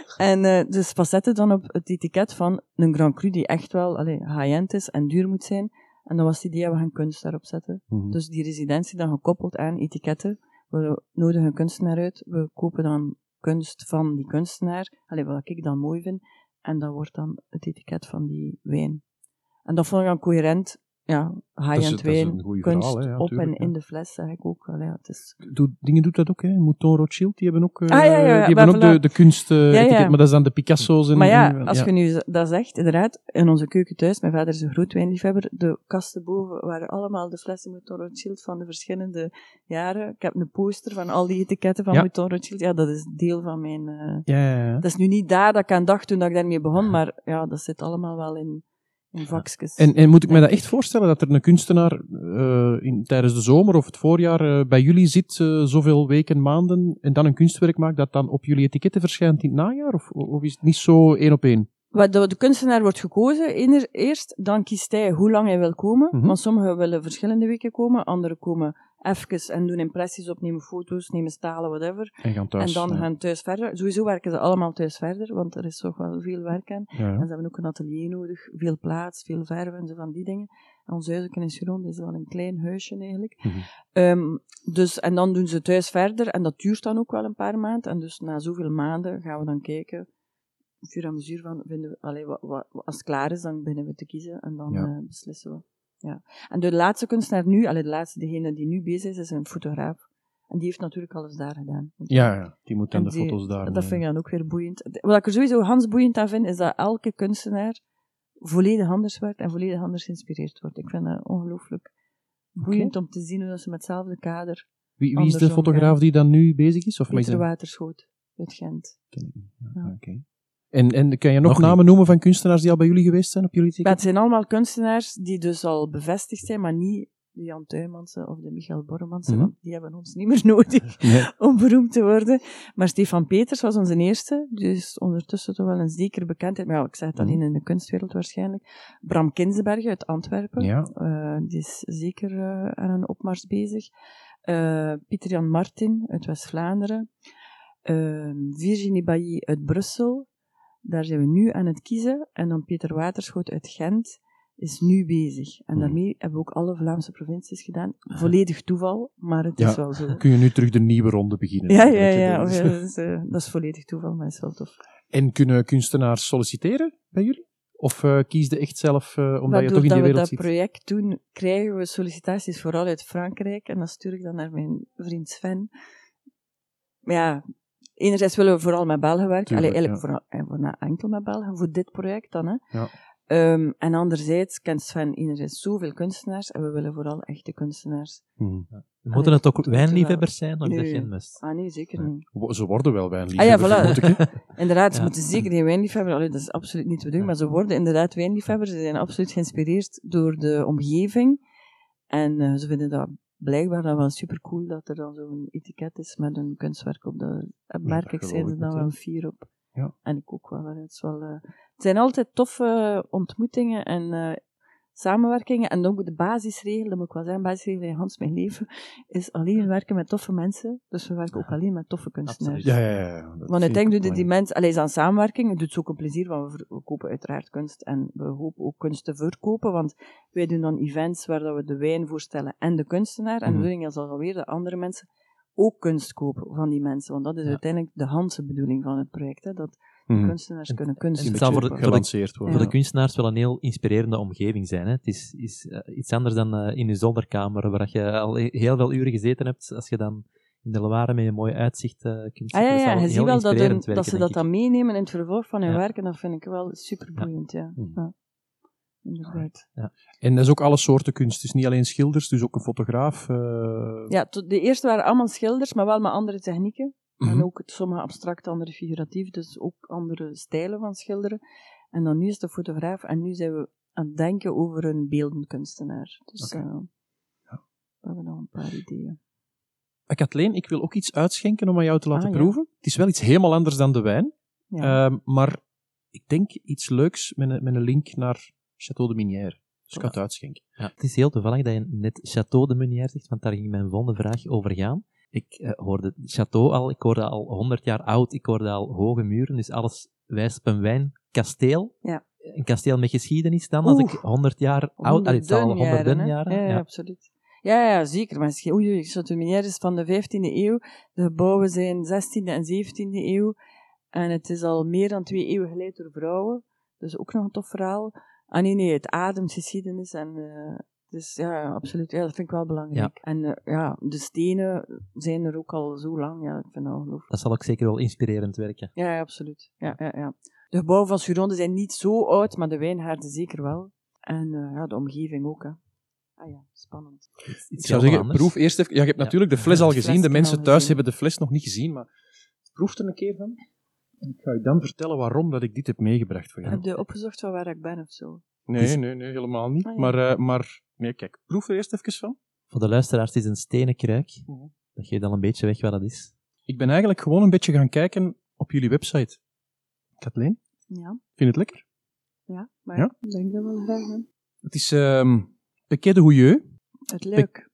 En dus wat zetten dan op het etiket van een Grand Cru die echt wel high-end is en duur moet zijn. En dan was het idee, we gaan kunst daarop zetten. Mm-hmm. Dus die residentie dan gekoppeld aan etiketten. We nodigen een kunstenaar uit, we kopen dan kunst van die kunstenaar, wat ik dan mooi vind. En dat wordt dan het etiket van die wijn. En dat vond ik dan coherent. Ja, high-end wijn, kunst verhaal, op en in de fles, zeg ik ook. Het is... Dingen doet dat ook, hè? Mouton Rothschild, die hebben ook, die hebben hebben ook de kunst, maar dat is dan de Picasso's. Als je nu dat zegt, inderdaad, in onze keuken thuis, mijn vader is een groot wijnliefhebber, de kasten boven waren allemaal de flessen Mouton Rothschild van de verschillende jaren. Ik heb een poster van al die etiketten van Mouton Rothschild. Ja, dat is deel van mijn... Dat is nu niet daar dat ik aan dacht toen ik daarmee begon, maar ja, dat zit allemaal wel in vakjes. En moet ik me dat echt voorstellen, dat er een kunstenaar tijdens de zomer of het voorjaar bij jullie zit, zoveel weken, maanden, en dan een kunstwerk maakt dat dan op jullie etiketten verschijnt in het najaar? Of is het niet zo 1 op 1? De kunstenaar wordt gekozen eerst, dan kiest hij hoe lang hij wil komen. Mm-hmm. Want sommigen willen verschillende weken komen, anderen komen even en doen impressies op, nemen foto's, nemen stalen, whatever. En gaan thuis. En dan gaan thuis verder. Sowieso werken ze allemaal thuis verder, want er is toch wel veel werk aan. Ja. En ze hebben ook een atelier nodig, veel plaats, veel verven en zo van die dingen. En ons huisje in Chiron is wel een klein huisje eigenlijk. Dus, en dan doen ze thuis verder en dat duurt dan ook wel een paar maanden. En dus na zoveel maanden gaan we dan kijken, fur à mesure van, vinden we, als het klaar is, dan beginnen we te kiezen en dan beslissen we. Ja. En de laatste kunstenaar nu, degene die nu bezig is een fotograaf. En die heeft natuurlijk alles daar gedaan. Ja, die moet dan de foto's daar. Dat vind ik dan ook weer boeiend. Wat ik er sowieso Hans boeiend aan vind, is dat elke kunstenaar volledig anders werkt en volledig anders geïnspireerd wordt. Ik vind dat ongelooflijk boeiend om te zien hoe ze met hetzelfde kader. Wie is de fotograaf die dan nu bezig is? Of Peter Waterschoot uit Gent. Ken ik niet. Ja. Oké. En kan je nog namen noemen van kunstenaars die al bij jullie geweest zijn op jullie teken? Het zijn allemaal kunstenaars die dus al bevestigd zijn, maar niet de Jan Tuijmansen of de Michael Borremansen, want die hebben ons niet meer nodig om beroemd te worden. Maar Stefan Peters was onze eerste, dus ondertussen toch wel een zekere bekendheid. Maar ja, ik zeg het alleen in de kunstwereld waarschijnlijk. Bram Kinzenbergen uit Antwerpen, die is zeker aan een opmars bezig. Pieter-Jan Martin uit West-Vlaanderen. Virginie Bailly uit Brussel. Daar zijn we nu aan het kiezen. En dan Peter Waterschoot uit Gent is nu bezig. En daarmee hebben we ook alle Vlaamse provincies gedaan. Volledig toeval, maar het is wel zo. Kun je nu terug de nieuwe ronde beginnen? Dat is volledig toeval, maar het is wel tof. En kunnen kunstenaars solliciteren bij jullie? Of kies je echt zelf, omdat je toch in die wereld zit? Doordat we dat project doen, krijgen we sollicitaties vooral uit Frankrijk. En dat stuur ik dan naar mijn vriend Sven. Maar ja, enerzijds willen we vooral met Belgen werken. Eigenlijk voor enkel met Belgen, voor dit project dan. Hè. Ja. En anderzijds kent Sven enerzijds zoveel kunstenaars en we willen vooral echte kunstenaars. Moeten het ook wijnliefhebbers zijn, of is dat geen must? Nee, zeker niet. Ze worden wel wijnliefhebbers. Inderdaad, ze moeten zeker geen wijnliefhebber. Dat is absoluut niet te bedoelen, maar ze worden inderdaad wijnliefhebbers. Ze zijn absoluut geïnspireerd door de omgeving. En ze vinden dat blijkbaar dan wel supercool dat er dan zo'n etiket is met een kunstwerk op. Daar merk ik zijn er dan wel fier op. Ja. En ik ook wel. Het zijn altijd toffe ontmoetingen en samenwerkingen. En ook de basisregel, dat moet ik wel zeggen, basisregel in Hans mijn leven, is alleen werken met toffe mensen. Dus we werken ook alleen met toffe kunstenaars. Ja. Want ik denk dat die mensen, is aan samenwerking, het doet ze ook een plezier, want we kopen uiteraard kunst en we hopen ook kunst te verkopen, want wij doen dan events waar we de wijn voorstellen en de kunstenaar. En de bedoeling is alweer dat andere mensen ook kunst kopen van die mensen, want dat is uiteindelijk de Hanse bedoeling van het project, hè, dat de kunstenaars kunnen kunst het zal gelanceerd worden. Voor de kunstenaars wel een heel inspirerende omgeving zijn. Hè. Het is iets anders dan in je zolderkamer, waar je al heel veel uren gezeten hebt, als je dan in de Loire met een mooi uitzicht kunt zitten. Je ziet wel dat ze dat dan meenemen in het vervolg van hun werk, en dat vind ik wel super boeiend. Ja. Inderdaad. Ja. En dat is ook alle soorten kunst, dus niet alleen schilders, dus ook een fotograaf. Ja, de eerste waren allemaal schilders, maar wel met andere technieken. En ook sommige abstract, andere figuratief, dus ook andere stijlen van schilderen. En dan nu is de fotograaf, en nu zijn we aan het denken over een beeldend kunstenaar. Dus we hebben nog een paar ideeën. Kathleen, ik wil ook iets uitschenken om aan jou te laten proeven. Het is wel iets helemaal anders dan de wijn, maar ik denk iets leuks met een link naar Château de Minière. Dus ik ga het uitschenken. Ja, het is heel toevallig dat je net Château de Minière zegt, want daar ging mijn volgende vraag over gaan. Ik hoorde Château al, ik hoorde al 100 jaar oud, ik hoorde al hoge muren, dus alles wijst op een wijnkasteel. Ja. Een kasteel met geschiedenis dan, als ik 100 jaar oud... Het is al honderden jaren. Ja, absoluut. Ja, zeker. Maar Château de Minière is van de 15e eeuw. De gebouwen zijn 16e en 17e eeuw. En het is al meer dan 2 eeuwen geleid door vrouwen. Dus ook nog een tof verhaal. Nee, het ademt geschiedenis en... Dus ja, absoluut. Ja, dat vind ik wel belangrijk. Ja. En de stenen zijn er ook al zo lang. Ja, ik vind dat ongelooflijk. Dat zal ook zeker wel inspirerend werken. Ja, absoluut. Ja. De gebouwen van Chiron zijn niet zo oud, maar de wijngaarden zeker wel. En de omgeving ook. Hè. Spannend. Ik zou zeggen, proef eerst even... Ja, je hebt natuurlijk de fles al gezien. De mensen thuis hebben de fles nog niet gezien, maar proef er een keer van. En ik ga je dan vertellen waarom dat ik dit heb meegebracht voor jou. Heb je opgezocht van waar ik ben of zo? Nee, helemaal niet. Maar nee, kijk, proef er eerst even van. Voor de luisteraars is een stenen kruik. Dat geeft al een beetje weg wat dat is. Ik ben eigenlijk gewoon een beetje gaan kijken op jullie website. Kathleen? Ja. Vind je het lekker? Ja, maar ik denk dat wel graag. Het is Pequet de Houilleux. Het leuk.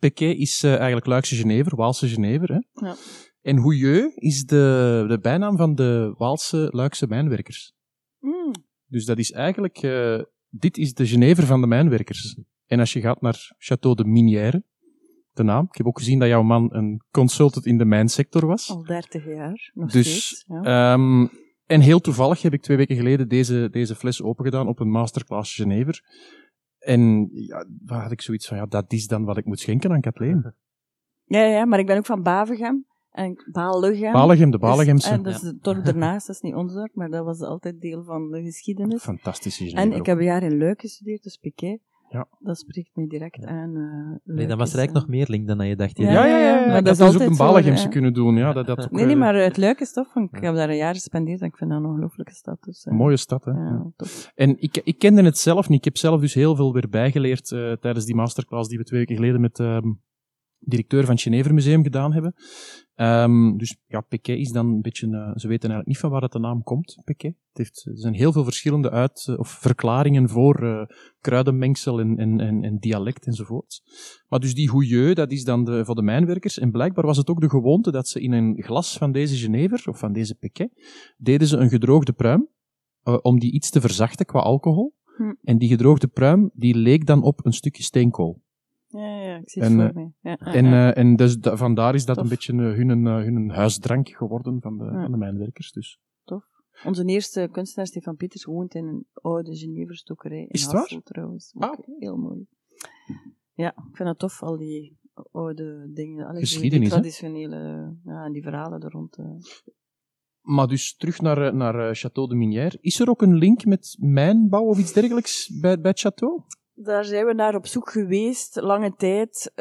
Péquet is eigenlijk Luikse Genever, Waalse Genever. Hè? Ja. En Houilleux is de bijnaam van de Waalse Luikse mijnwerkers. Mm. Dus dat is eigenlijk... dit is de Genever van de mijnwerkers. En als je gaat naar Château de Minière, de naam. Ik heb ook gezien dat jouw man een consultant in de mijnsector was. Al 30 jaar, nog Dus, steeds. Ja. en heel toevallig heb ik 2 weken geleden deze fles opengedaan op een masterclass Genever. En ja, waar had ik zoiets van, ja, dat is dan wat ik moet schenken aan Kathleen. Ja, maar ik ben ook van Bavegem. En Balegem. Balegem, de Balegemse. En dat is het dorp ernaast, dat is niet ons dorp, maar dat was altijd deel van de geschiedenis. Fantastische Genever. En ik heb een jaar in Luik gestudeerd, dus Péquet. Ja. Dat spreekt mij direct aan. Nee, dan was er eigenlijk nog meer link dan dat je dacht. Ja. Ja. Maar Maar dat dat is is ook altijd een zo, Balegemse ja. kunnen doen. Ja, dat ook, Nee, maar het Luik is tof, want ik Ja. heb daar een jaar gespendeerd en ik vind dat een ongelooflijke stad. Dus, een mooie stad, hè. Ja, tof. En ik kende het zelf niet. Ik heb zelf dus heel veel weer bijgeleerd tijdens die masterclass die we 2 weken geleden met directeur van het Genever Museum gedaan hebben. Dus ja, Péquet is dan een beetje... ze weten eigenlijk niet van waar het de naam komt, Péquet. Er zijn heel veel verschillende of verklaringen voor kruidenmengsel en dialect enzovoort. Maar dus die Houilleux, dat is dan voor de mijnwerkers. En blijkbaar was het ook de gewoonte dat ze in een glas van deze Genever, of van deze Péquet, deden ze een gedroogde pruim, om die iets te verzachten qua alcohol. En die gedroogde pruim, die leek dan op een stukje steenkool. Ja, ik zie het voor mij. Ja. En dus vandaar is dat Tof. een beetje hun huisdrank geworden van de mijnwerkers. Dus. Onze eerste kunstenaar, Stefan Pieters, woont in een oude Geneverstokerij in Is het waar? Hasselt trouwens. Ook Ah. heel mooi. Ja, ik vind het tof, al die oude dingen. Alle Geschiedenis, die hè? traditionele, en die verhalen er rond. Maar dus terug naar Château de Minière. Is er ook een link met mijnbouw of iets dergelijks bij het château? Daar zijn we naar op zoek geweest, lange tijd.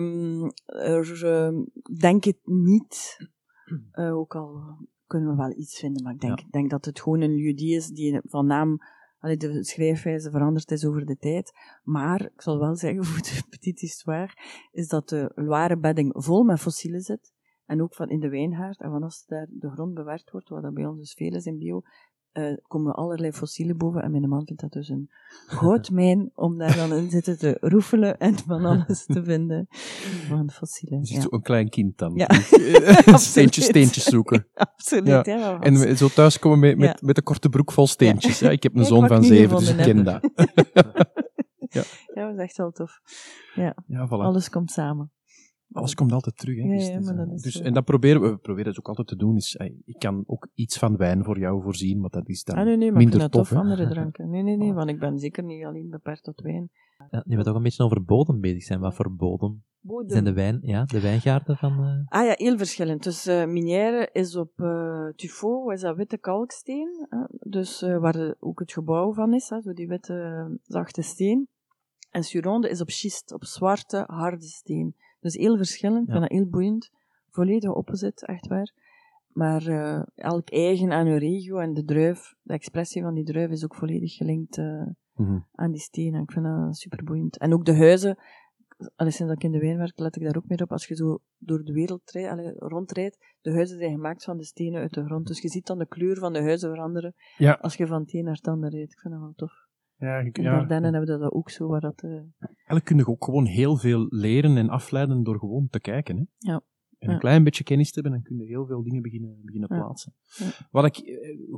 Denk het niet. Ook al kunnen we wel iets vinden, maar ik denk dat het gewoon een lieu-dit is die van naam, de schrijfwijze veranderd is over de tijd. Maar, ik zal wel zeggen, voor de petite histoire, is dat de Loire-bedding vol met fossielen zit. En ook van in de wijngaard. En vanaf daar de grond bewerkt wordt, wat dat bij ons dus veel is in bio, komen allerlei fossielen boven. En mijn man vindt dat dus een goudmijn om daar dan in zitten te roefelen en van alles te vinden van fossielen. Je ziet zo een klein kind dan. Ja. Steentjes zoeken. Absoluut, Ja. ja. En zo thuiskomen met Ja. met een korte broek vol steentjes. Ja. Ik heb een Kijk zoon wat van ik nu 7, dus ik gevonden ken heb. dat. Ja, dat is echt wel tof. Ja, Ja, voilà. alles komt samen. Alles komt altijd terug. Hè. Ja, Dus ja, het is, maar dat is dus, zo. en dat proberen het ook altijd te doen. Is, ik kan ook iets van wijn voor jou voorzien, maar dat is dan Nee, maar ik minder vind dat tof. tof, Hè. andere dranken. Nee, want ik ben zeker niet alleen beperkt tot wijn. Ja, nu we toch een beetje over bodem bezig zijn. Wat voor bodem? Zijn de wijngaarden van... Ah ja, heel verschillend. Dus Minière is op tuffeau, is dat witte kalksteen. Dus waar ook het gebouw van is, zo die witte zachte steen. En Suronde is op schist, op zwarte, harde steen. Dus heel verschillend, ik vind dat heel boeiend. Volledig opposite, echt waar. Maar elk eigen aan hun regio en de druif, de expressie van die druif is ook volledig gelinkt aan die stenen. Ik vind dat super boeiend. En ook de huizen, sinds dat ik in de wijn werk, let ik daar ook meer op. Als je zo door de wereld rondrijdt, de huizen zijn gemaakt van de stenen uit de grond. Dus je ziet dan de kleur van de huizen veranderen als je van het een naar het ander rijdt. Ik vind dat wel tof. Ja, In Ardennen hebben we dat ook zo. Waar dat, Eigenlijk kun je ook gewoon heel veel leren en afleiden door gewoon te kijken. Hè? Ja. En een klein beetje kennis te hebben, dan kun je heel veel dingen beginnen plaatsen. Ja. Wat ik,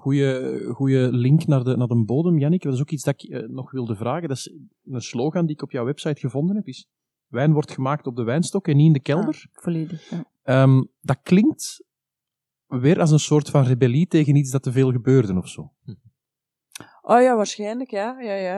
goede link naar de bodem, Jannik, dat is ook iets dat ik nog wilde vragen. Dat is een slogan die ik op jouw website gevonden heb, is wijn wordt gemaakt op de wijnstok en niet in de kelder. Volledig, ja. Dat klinkt weer als een soort van rebellie tegen iets dat te veel gebeurde of zo. Oh ja, waarschijnlijk, ja.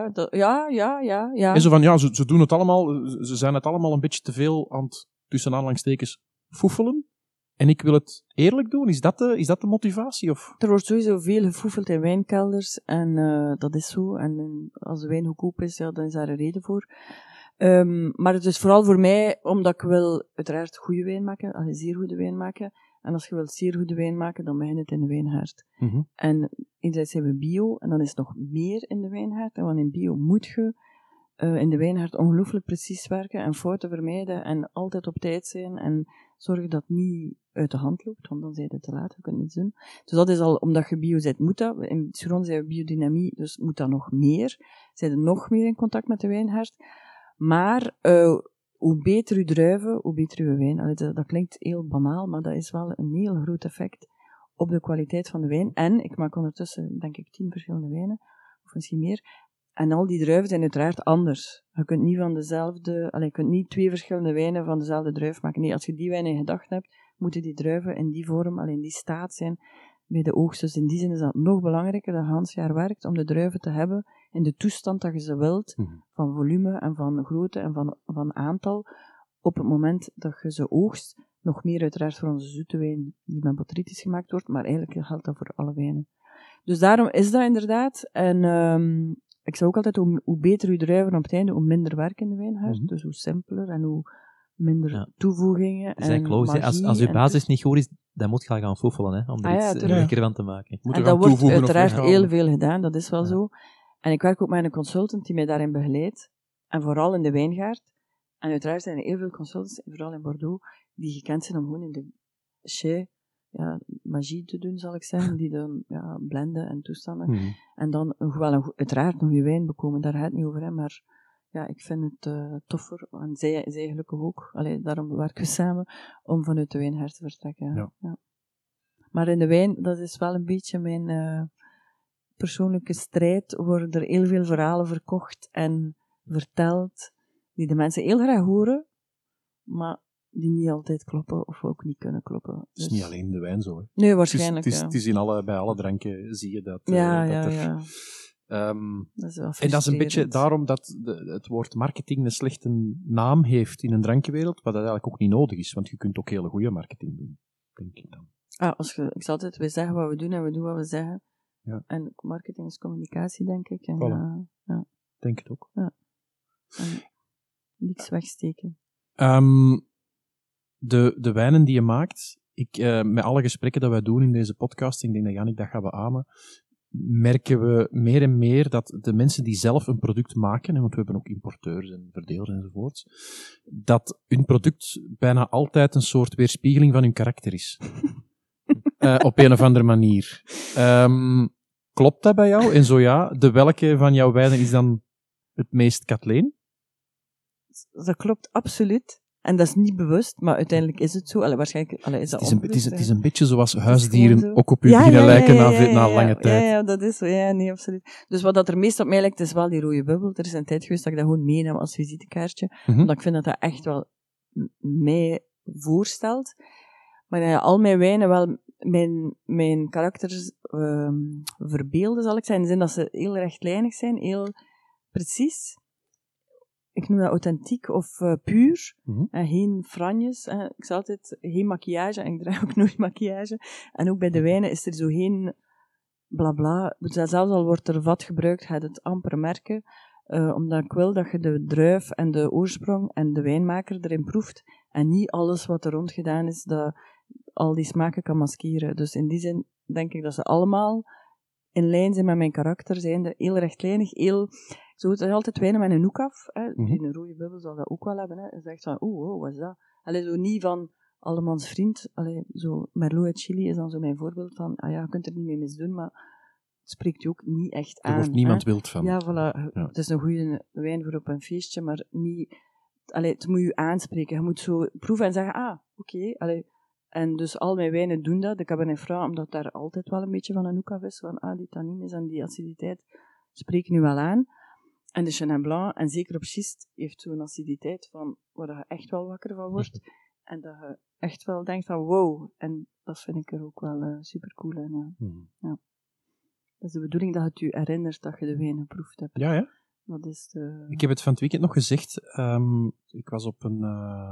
Ja. En zo van, ze doen het allemaal, ze zijn het allemaal een beetje te veel aan het, tussen aanhalingstekens, foefelen. En ik wil het eerlijk doen. Is dat de motivatie? Of? Er wordt sowieso veel gefoefeld in wijnkelders. En dat is zo. En als de wijn goedkoop is, dan is daar een reden voor. Maar het is vooral voor mij, omdat ik wil uiteraard goede wijn maken. Zeer goede wijn maken. En als je wilt zeer goede wijn maken, dan begin het in de wijngaard. Mm-hmm. En enerzijds zijn we bio, en dan is nog meer in de wijngaard. Want in bio moet je in de wijngaard ongelooflijk precies werken en fouten vermijden en altijd op tijd zijn en zorgen dat het niet uit de hand loopt, want dan zijn het te laat, je kunt niets doen. Dus dat is al, omdat je bio bent, moet dat. In Suronde zijn we biodynamie, dus moet dat nog meer. Zijn er nog meer in contact met de wijngaard. Maar hoe beter uw druiven, hoe beter uw wijn. Allee, dat klinkt heel banaal, maar dat is wel een heel groot effect op de kwaliteit van de wijn. En ik maak ondertussen, denk ik, 10 verschillende wijnen, of misschien meer. En al die druiven zijn uiteraard anders. Je kunt niet van dezelfde, je kunt niet 2 verschillende wijnen van dezelfde druif maken. Nee, als je die wijn in gedachten hebt, moeten die druiven in die vorm, in die staat zijn bij de oogst. Dus in die zin is dat nog belangrijker dat je een jaar werkt om de druiven te hebben in de toestand dat je ze wilt, van volume en van grootte en van aantal, op het moment dat je ze oogst. Nog meer uiteraard voor onze zoete wijn die met botrytis gemaakt wordt, maar eigenlijk geldt dat voor alle wijnen. Dus daarom is dat inderdaad. En ik zeg ook altijd, hoe beter uw druiven op het einde, hoe minder werk in de wijngaard. Dus hoe simpeler en hoe minder toevoegingen. Dat is eigenlijk logisch. Als uw basis niet goed is, dan moet je gaan foefelen, hè, om er iets lekker van te maken. En dat wordt uiteraard heel veel gedaan, dat is wel zo. En ik werk ook met een consultant die mij daarin begeleidt. En vooral in de wijngaard. En uiteraard zijn er heel veel consultants, vooral in Bordeaux, die gekend zijn om gewoon in de chai, magie te doen, zal ik zeggen, die dan blenden en toestanden. En dan uiteraard nog je wijn bekomen, daar gaat het niet over, hè, maar ja, ik vind het toffer, en zij gelukkig ook, daarom werken we samen, om vanuit de wijngaard te vertrekken. Ja. Maar in de wijn, dat is wel een beetje mijn persoonlijke strijd, worden er heel veel verhalen verkocht en verteld, die de mensen heel graag horen, maar die niet altijd kloppen, of ook niet kunnen kloppen. Het is niet alleen de wijn zo, hè. Nee, waarschijnlijk, het is bij alle dranken zie je dat. Ja. Dat is wel en dat is een beetje daarom dat het woord marketing een slechte naam heeft in een drankenwereld, wat dat eigenlijk ook niet nodig is, want je kunt ook hele goede marketing doen, denk ik dan. Ik zal altijd, we zeggen wat we doen en we doen wat we zeggen. Ja. En marketing is communicatie, denk ik. En, denk het ook. Ja. En niks wegsteken. De wijnen die je maakt, met alle gesprekken dat wij doen in deze podcast, ik denk dat Jannik dat gaat beamen, merken we meer en meer dat de mensen die zelf een product maken, want we hebben ook importeurs en verdelers enzovoorts, dat hun product bijna altijd een soort weerspiegeling van hun karakter is. Op een of andere manier. Klopt dat bij jou? En zo ja, welke van jouw wijnen is dan het meest Kathleen? Dat klopt absoluut. En dat is niet bewust, maar uiteindelijk is het zo. Waarschijnlijk is dat het is een beetje zoals huisdieren ook op u beginnen lijken na lange tijd. Ja, dat is zo. Ja, nee, absoluut. Dus wat dat er meest op mij lijkt, is wel die rode bubbel. Er is een tijd geweest dat ik dat gewoon meenam als visitekaartje. Omdat ik vind dat dat echt wel mij voorstelt. Maar al mijn wijnen wel mijn karakters verbeelden, zal ik zeggen. In de zin dat ze heel rechtlijnig zijn, heel precies. Ik noem dat authentiek of puur. En geen franjes. Ik zeg altijd geen maquillage. En ik draag ook nooit maquillage. En ook bij de wijnen is er zo geen blabla. Zelfs al wordt er vat gebruikt, gaat het amper merken. Omdat ik wil dat je de druif en de oorsprong en de wijnmaker erin proeft. En niet alles wat er rond gedaan is, dat al die smaken kan maskeren. Dus in die zin denk ik dat ze allemaal in lijn zijn met mijn karakter. Zijn heel rechtlijnig, heel... Zo, het is altijd wijnen met een hoek af. Die een rode bubbel zal dat ook wel hebben. Hè. Je zegt van, wat is dat? Zo niet van allemans vriend. Zo Merlot uit Chili is dan zo mijn voorbeeld van, je kunt er niet mee misdoen, maar het spreekt je ook niet echt aan. Er wordt niemand wild van. Ja, voilà. Ja. Het is een goede wijn voor op een feestje, maar niet... het moet je aanspreken. Je moet zo proeven en zeggen, oké. En dus al mijn wijnen doen dat. De Cabernet Franc, omdat daar altijd wel een beetje van een hoek af is. Van, die tannines en die aciditeit spreken nu wel aan. En de Chenin Blanc, en zeker op schist, heeft zo'n aciditeit van, waar je echt wel wakker van wordt. En dat je echt wel denkt van, wow. En dat vind ik er ook wel super cool in. Ja. Dat is de bedoeling dat het je herinnert dat je de wijn geproefd hebt. Ja. Dat is Ik heb het van het weekend nog gezegd. Ik was op een...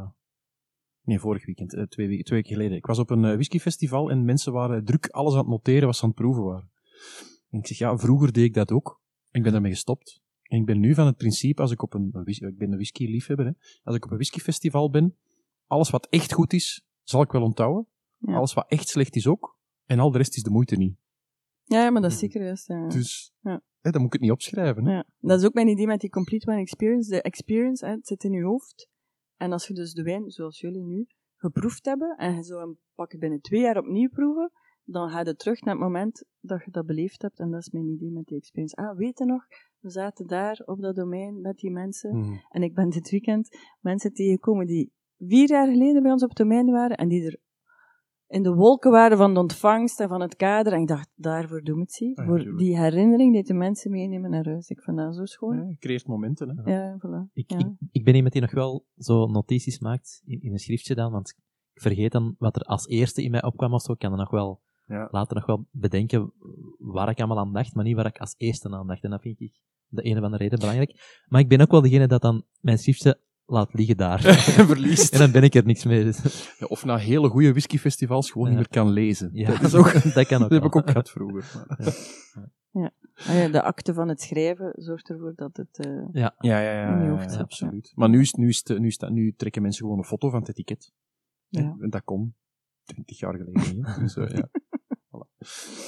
vorig weekend. 2 weken geleden. Ik was op een whiskyfestival en mensen waren druk alles aan het noteren wat ze aan het proeven waren. En ik zeg, vroeger deed ik dat ook. En ik ben daarmee gestopt. En ik ben nu van het principe, als ik ik ben een whisky-liefhebber, hè. Als ik op een whiskyfestival ben, alles wat echt goed is, zal ik wel onthouden. Ja. Alles wat echt slecht is ook. En al de rest is de moeite niet. Ja, maar dat is zeker juist. Ja. Dus, dan moet ik het niet opschrijven. Hè. Ja. Dat is ook mijn idee met die Complete Wine Experience. De experience, het zit in je hoofd. En als je dus de wijn, zoals jullie nu, geproefd hebben, en je zou hem pakken binnen 2 jaar opnieuw proeven, dan ga je terug naar het moment dat je dat beleefd hebt. En dat is mijn idee met die experience. Weet je nog, we zaten daar op dat domein met die mensen. En ik ben dit weekend mensen tegengekomen die 4 jaar geleden bij ons op het domein waren. En die er in de wolken waren van de ontvangst en van het kader. En ik dacht, daarvoor doen we het zie. Voor natuurlijk. die herinnering die de mensen meenemen naar huis. Ik vind dat zo schoon. Ja, je creëert momenten, hè. Ja, voilà. Ik ben iemand die nog wel zo notities maakt in een schriftje dan, want ik vergeet dan wat er als eerste in mij opkwam of zo. Ik kan er nog wel later nog wel bedenken waar ik allemaal aan dacht, maar niet waar ik als eerste aan dacht. En dat vind ik de ene van de reden belangrijk. Maar ik ben ook wel degene dat dan mijn schriftje laat liggen daar. Verliest. En dan ben ik er niks mee. Dus. Ja, of na hele goede whiskyfestivals gewoon niet meer kan lezen. Ja, dat is ook, dat kan ook. dat heb ik ook gehad vroeger. Maar. De akte van het schrijven zorgt ervoor dat het in je hoofd zit. Absoluut. Maar nu trekken mensen gewoon een foto van het etiket. Ja. En dat kon 20 jaar geleden niet. Dus, ja. Voilà.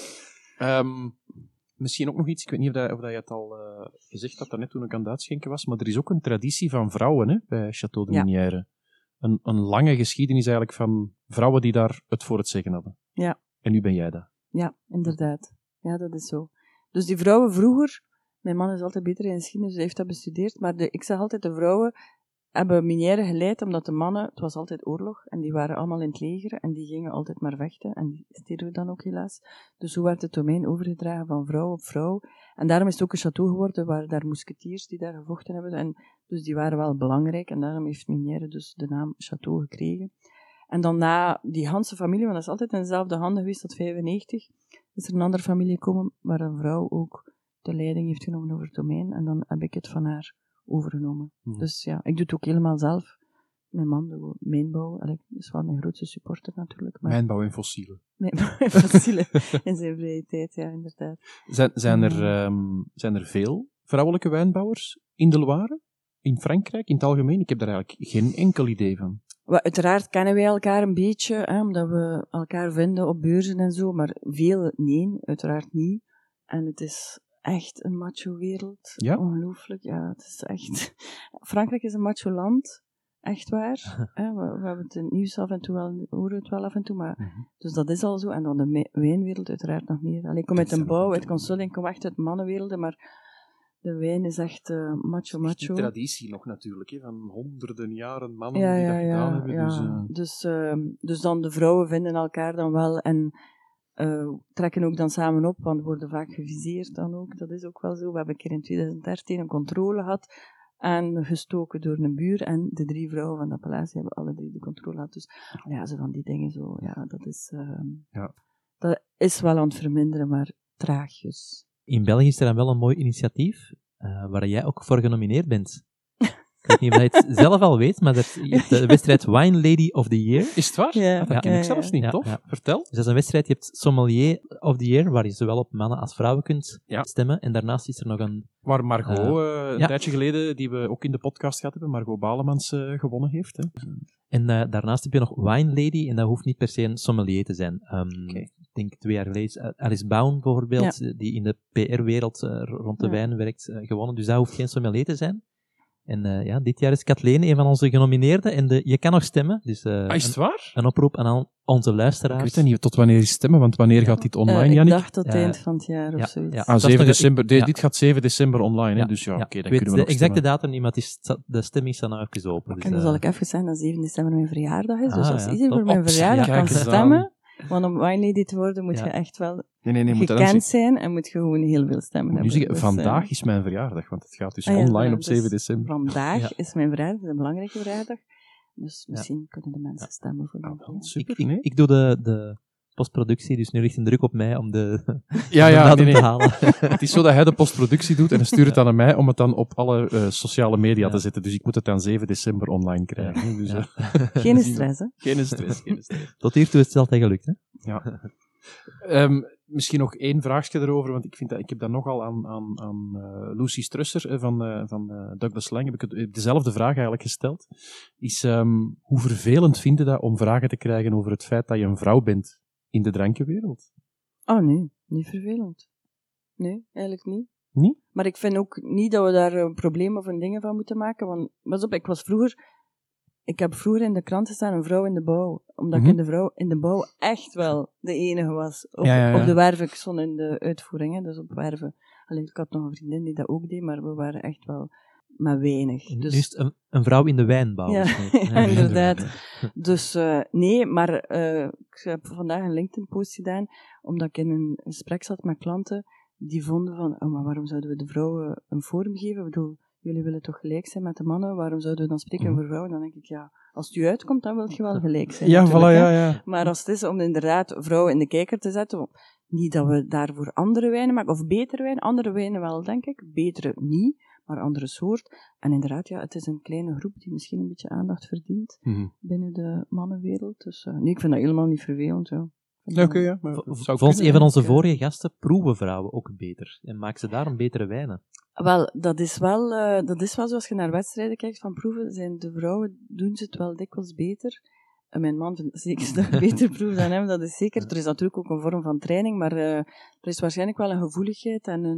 Misschien ook nog iets, ik weet niet of dat je het al gezegd had daarnet toen ik aan het uitschenken was, maar er is ook een traditie van vrouwen, hè, bij Château de Minière. Een lange geschiedenis eigenlijk van vrouwen die daar het voor het zeggen hadden. Ja. En nu ben jij dat. Ja, inderdaad. Ja, dat is zo. Dus die vrouwen vroeger, mijn man is altijd beter in geschiedenis, dus hij heeft dat bestudeerd, maar ik zeg altijd, de vrouwen hebben Minière geleid, omdat de mannen, het was altijd oorlog, en die waren allemaal in het leger, en die gingen altijd maar vechten, en die stierven dan ook helaas. Dus zo werd het domein overgedragen van vrouw op vrouw. En daarom is het ook een château geworden, waar daar moesketiers die daar gevochten hebben, en dus die waren wel belangrijk, en daarom heeft Minière dus de naam château gekregen. En dan na die Hanse familie, want dat is altijd in dezelfde handen geweest tot 95, is er een andere familie gekomen, waar een vrouw ook de leiding heeft genomen over het domein, en dan heb ik het van haar overgenomen. Dus ja, ik doe het ook helemaal zelf. Mijn man doet mijnbouw. Dat is wel mijn grootste supporter natuurlijk. Maar Mijnbouw en fossielen. Mijnbouw en fossielen in zijn vrije tijd, ja, inderdaad. Zijn er veel vrouwelijke wijnbouwers in de Loire? In Frankrijk, in het algemeen? Ik heb daar eigenlijk geen enkel idee van. Uiteraard kennen wij elkaar een beetje, hè, omdat we elkaar vinden op beurzen en zo, maar veel, nee, uiteraard niet. En het is echt een macho-wereld. Ja? Ongelooflijk, ja, het is echt... Frankrijk is een macho-land, echt waar. We hebben het in het nieuws af en toe wel, horen het wel af en toe, maar... Dus dat is al zo. En dan de wijnwereld uiteraard nog meer. Ik kom uit een bouw, uit consulting, ik kom echt uit mannenwerelden, maar de wijn is echt macho. Die traditie nog natuurlijk, hè, van honderden jaren mannen die dat gedaan hebben. Ja. Dus dan de vrouwen vinden elkaar dan wel en trekken ook dan samen op, want worden vaak geviseerd dan ook. Dat is ook wel zo. We hebben een keer in 2013 een controle gehad en gestoken door een buur en de 3 vrouwen van de Palace hebben alle 3 de controle gehad. Dus ja, zo van die dingen zo, ja, dat is wel aan het verminderen, maar traagjes. In België is er dan wel een mooi initiatief, waar jij ook voor genomineerd bent. Ik weet niet of je het zelf al weet, maar je hebt de wedstrijd Wine Lady of the Year. Is het waar? Ja. Dat ken ik zelfs niet, tof. Ja. Vertel. Dus dat is een wedstrijd, je hebt Sommelier of the Year, waar je zowel op mannen als vrouwen kunt stemmen. En daarnaast is er nog een... Waar Margot, een tijdje geleden, die we ook in de podcast gehad hebben, Margot Balemans gewonnen heeft. Hè. En daarnaast heb je nog Wine Lady, en dat hoeft niet per se een sommelier te zijn. Ik denk 2 jaar geleden is Alice Baum bijvoorbeeld, die in de PR-wereld rond de wijn werkt, gewonnen. Dus dat hoeft geen sommelier te zijn. En dit jaar is Kathleen een van onze genomineerden. En je kan nog stemmen. Dus, is het waar? Een oproep aan onze luisteraars. Ik weet niet tot wanneer is stemmen, want wanneer gaat dit online, Jannik? Ik dacht tot het eind van het jaar of zoiets. 7 december. Dit gaat 7 december online, hè? Dus dan ik kunnen weet we nog de exacte stemmen. datum niet, maar de stemming staat nou even open. Dus, En dan zal ik even zeggen dat 7 december mijn verjaardag is. Dus als iedereen top. voor mijn verjaardag Kijk kan eens stemmen, want om wine lady te worden moet je echt wel gekend zijn en moet je gewoon heel veel stemmen hebben. Nu zeggen, vandaag is mijn verjaardag, want het gaat dus ja, online op dus 7 december. Vandaag is mijn verjaardag, een belangrijke verjaardag. Dus misschien kunnen de mensen stemmen voor mijn verjaardag. Super, ik doe de postproductie, dus nu ligt een druk op mij om de datum te halen. Het is zo dat hij de postproductie doet en hij stuurt het dan aan mij om het dan op alle sociale media te zetten. Dus ik moet het dan 7 december online krijgen. Ja. Dus, Geen stress, hè? Geen stress. Tot hiertoe is het altijd gelukt, hè? Ja. Misschien nog 1 vraagje erover, want ik heb dat nogal aan Lucy Strusser van Douglas Lang, heb ik dezelfde vraag eigenlijk gesteld. Is hoe vervelend vind je dat om vragen te krijgen over het feit dat je een vrouw bent in de drankenwereld? Oh nee, niet vervelend. Nee, eigenlijk niet. Niet? Maar ik vind ook niet dat we daar een probleem of een dingen van moeten maken, want pas op, ik was vroeger ik heb vroeger in de krant gestaan een vrouw in de bouw. Omdat ik in de bouw echt wel de enige was. Op de werve, ik stond in de uitvoering, hè, dus op werven. Alleen, ik had nog een vriendin die dat ook deed, maar we waren echt wel maar weinig. Dus is een vrouw in de wijnbouw. ja, ja, inderdaad. Dus nee, maar ik heb vandaag een LinkedIn-post gedaan, omdat ik in een gesprek zat met klanten die vonden van, oh, maar waarom zouden we de vrouwen een forum geven? Ik bedoel, jullie willen toch gelijk zijn met de mannen, waarom zouden we dan spreken over vrouwen? Dan denk ik, ja, als het u uitkomt, dan wil je wel gelijk zijn. Ja, voilà, ja. Maar als het is om inderdaad vrouwen in de kijker te zetten, niet dat we daarvoor andere wijnen maken, of betere wijnen, andere wijnen wel, denk ik, betere niet, maar andere soort. En inderdaad, ja, het is een kleine groep die misschien een beetje aandacht verdient binnen de mannenwereld. Dus nee, ik vind dat helemaal niet vervelend, ja. Oké, ja. Volgens een van onze vorige gasten proeven vrouwen ook beter. En maken ze daarom betere wijnen. Wel, dat is wel zoals je naar wedstrijden kijkt van proeven, zijn de vrouwen, doen ze het wel dikwijls beter. En mijn man vindt zeker dat ik beter proef dan hem, dat is zeker. Er is natuurlijk ook een vorm van training, maar er is waarschijnlijk wel een gevoeligheid en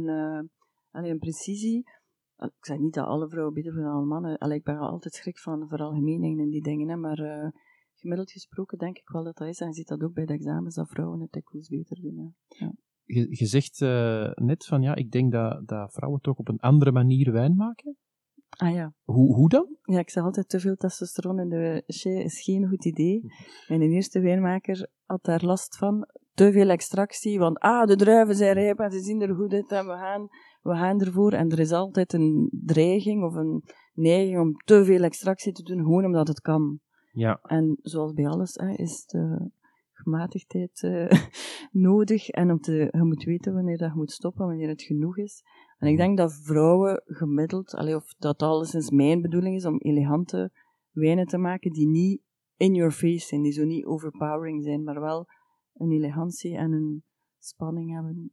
een precisie. Ik zeg niet dat alle vrouwen beter zijn dan alle mannen. Ik ben altijd schrik van veralgemeningen en die dingen, hè, maar gemiddeld gesproken denk ik wel dat dat is. En je ziet dat ook bij de examens, dat vrouwen het dikwijls beter doen. Ja. Je zegt net van, ja, ik denk dat vrouwen toch op een andere manier wijn maken. Ah ja. Hoe dan? Ja, ik zeg altijd, te veel testosteron in de chai is geen goed idee. Mijn eerste wijnmaker had daar last van. Te veel extractie, want de druiven zijn rijp en ze zien er goed uit en we gaan ervoor. En er is altijd een dreiging of een neiging om te veel extractie te doen, gewoon omdat het kan. Ja. En zoals bij alles is de gematigdheid nodig. En je moet weten wanneer dat je moet stoppen, wanneer het genoeg is. En ik denk dat vrouwen gemiddeld, of dat alleszins mijn bedoeling is, om elegante wijnen te maken die niet in your face zijn, die zo niet overpowering zijn, maar wel een elegantie en een spanning hebben.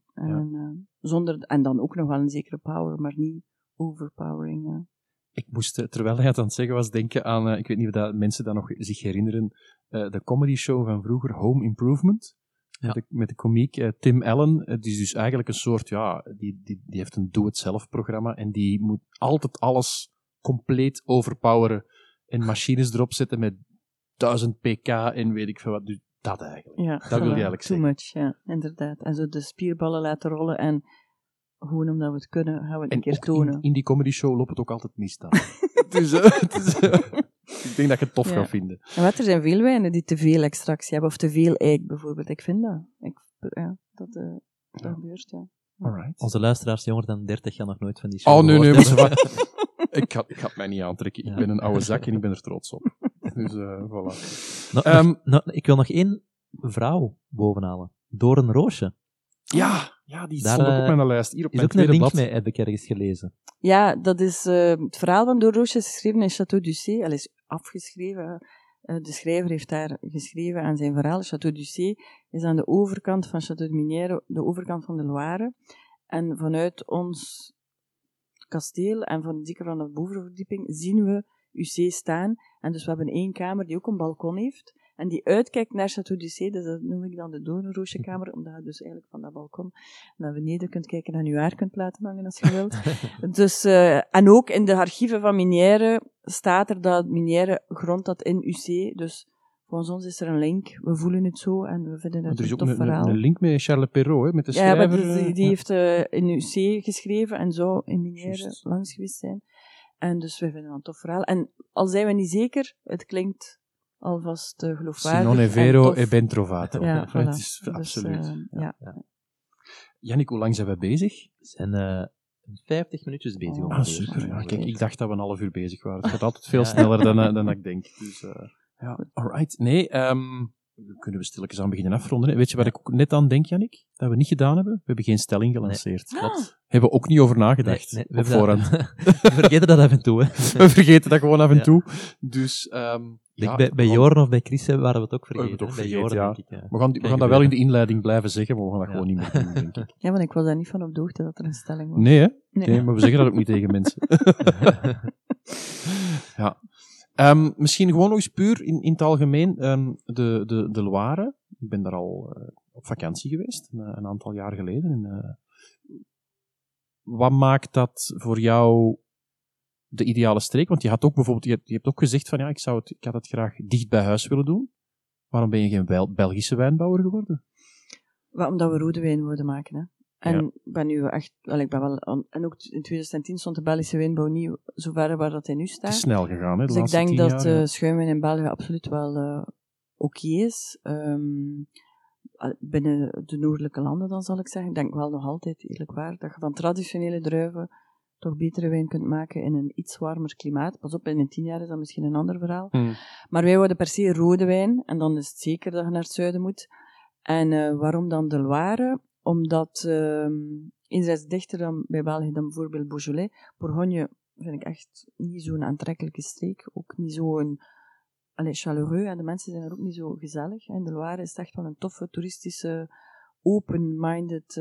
En, en dan ook nog wel een zekere power, maar niet overpowering. Ja. Ik moest, terwijl hij het aan het zeggen was, denken aan, ik weet niet of dat mensen dat nog zich herinneren, de comedy show van vroeger, Home Improvement. Ja. Met de komiek Tim Allen. Die is dus eigenlijk een soort, die heeft een do-it-zelf programma en die moet altijd alles compleet overpoweren en machines erop zetten met 1000 pk en weet ik veel wat. Dus dat eigenlijk. Ja, dat wil je eigenlijk too zeggen. Much, ja, inderdaad. En zo de spierballen laten rollen en gewoon omdat we het kunnen, gaan we het een keer tonen. In die comedy show loopt het ook altijd mis dan. Dus ik denk dat je het tof gaat vinden. En er zijn veel wijnen die te veel extractie hebben, of te veel eik bijvoorbeeld. Ik vind dat. Dat gebeurt, ja. Alright. Onze luisteraars jonger dan 30 gaan nog nooit van die show Oh, nee, gehoord. Ik ga het mij niet aantrekken. Ik ben een oude zak en ik ben er trots op. Dus, voilà. Ik wil nog één vrouw bovenhalen. Doorn Roosje. Ja, die stond ook op mijn lijst. Hier op is mijn ook een tweede link blad. mee, heb ik ergens gelezen. Ja, dat is het verhaal van Doorn Roosje is geschreven in Château d'Ussé. Hij is afgeschreven. De schrijver heeft daar geschreven aan zijn verhaal. Château d'Ussé is aan de overkant van Château de Minière, de overkant van de Loire. En vanuit ons kasteel en zeker van de bovenverdieping zien we Ussé staan. En dus we hebben één kamer die ook een balkon heeft. En die uitkijkt naar Château d'Ussé, dus dat noem ik dan de Doornroosjekamer, omdat je dus eigenlijk van dat balkon naar beneden kunt kijken en je haar kunt laten hangen als je wilt. Dus, en ook in de archieven van Minière staat er dat Minière grond had in Ussé, dus volgens ons is er een link, we voelen het zo en we vinden het een tof verhaal. Er is ook een link met Charles Perrault, met de schrijver. Ja, die heeft in Ussé geschreven en zou in Minière langs geweest zijn. En dus we vinden het een tof verhaal. En al zijn we niet zeker, het klinkt alvast geloofwaardig. Si non è vero e ben trovato. Ja, voilà. Het is dus, absoluut. Ja. Jannik, hoe lang zijn we bezig? We zijn 50 minuutjes bezig. Super. Ja, kijk, ik dacht dat we een half uur bezig waren. Het gaat altijd veel sneller dan ik denk. Dus, alright. Nee, kunnen we stilletjes aan beginnen afronden. Hè? Weet je waar ik ook net aan denk, Jannik? Dat we niet gedaan hebben? We hebben geen stelling gelanceerd. Nee. Hebben we ook niet over nagedacht. Nee, op voorhand. We vergeten dat af en toe. Hè. We vergeten dat gewoon af en toe. Dus, bij Joren of bij Chris waren we het ook vergeten. We hebben het ook bij vergeten, Joren, ja. denk ik. We gaan dat wel in de inleiding blijven zeggen, maar we gaan dat gewoon niet meer doen, denk ik. Ja, want ik was daar niet van op de hoogte dat er een stelling was. Nee, hè? Nee, maar we zeggen dat ook niet tegen mensen. Ja. Misschien gewoon nog eens puur in het algemeen, de Loire. Ik ben daar al op vakantie geweest, een aantal jaar geleden. En, wat maakt dat voor jou de ideale streek? Want je had ook bijvoorbeeld, je hebt ook gezegd van, ja, ik had het graag dicht bij huis willen doen. Waarom ben je geen Belgische wijnbouwer geworden? Omdat we rode wijn wilden maken, hè. En Ja. ik ben nu echt, ik ben wel, en ook in 2010 stond de Belgische wijnbouw niet zo ver waar dat hij nu Het staat. is snel gegaan, hè, de Dus ik laatste denk 10 dat jaar. Ja. schuimwijn in België absoluut wel oké is. Binnen de noordelijke landen dan zal ik zeggen. Ik denk wel nog altijd, eerlijk waar, dat je van traditionele druiven toch betere wijn kunt maken in een iets warmer klimaat. Pas op, in 10 jaar is dat misschien een ander verhaal. Maar wij wilden per se rode wijn, en dan is het zeker dat je naar het zuiden moet. En waarom dan de Loire? Omdat enerzijds dichter dan bij België dan bijvoorbeeld Beaujolais. Bourgogne vind ik echt niet zo'n aantrekkelijke streek. Ook niet zo'n chaleureux. En de mensen zijn er ook niet zo gezellig. En de Loire is echt wel een toffe, toeristische, open-minded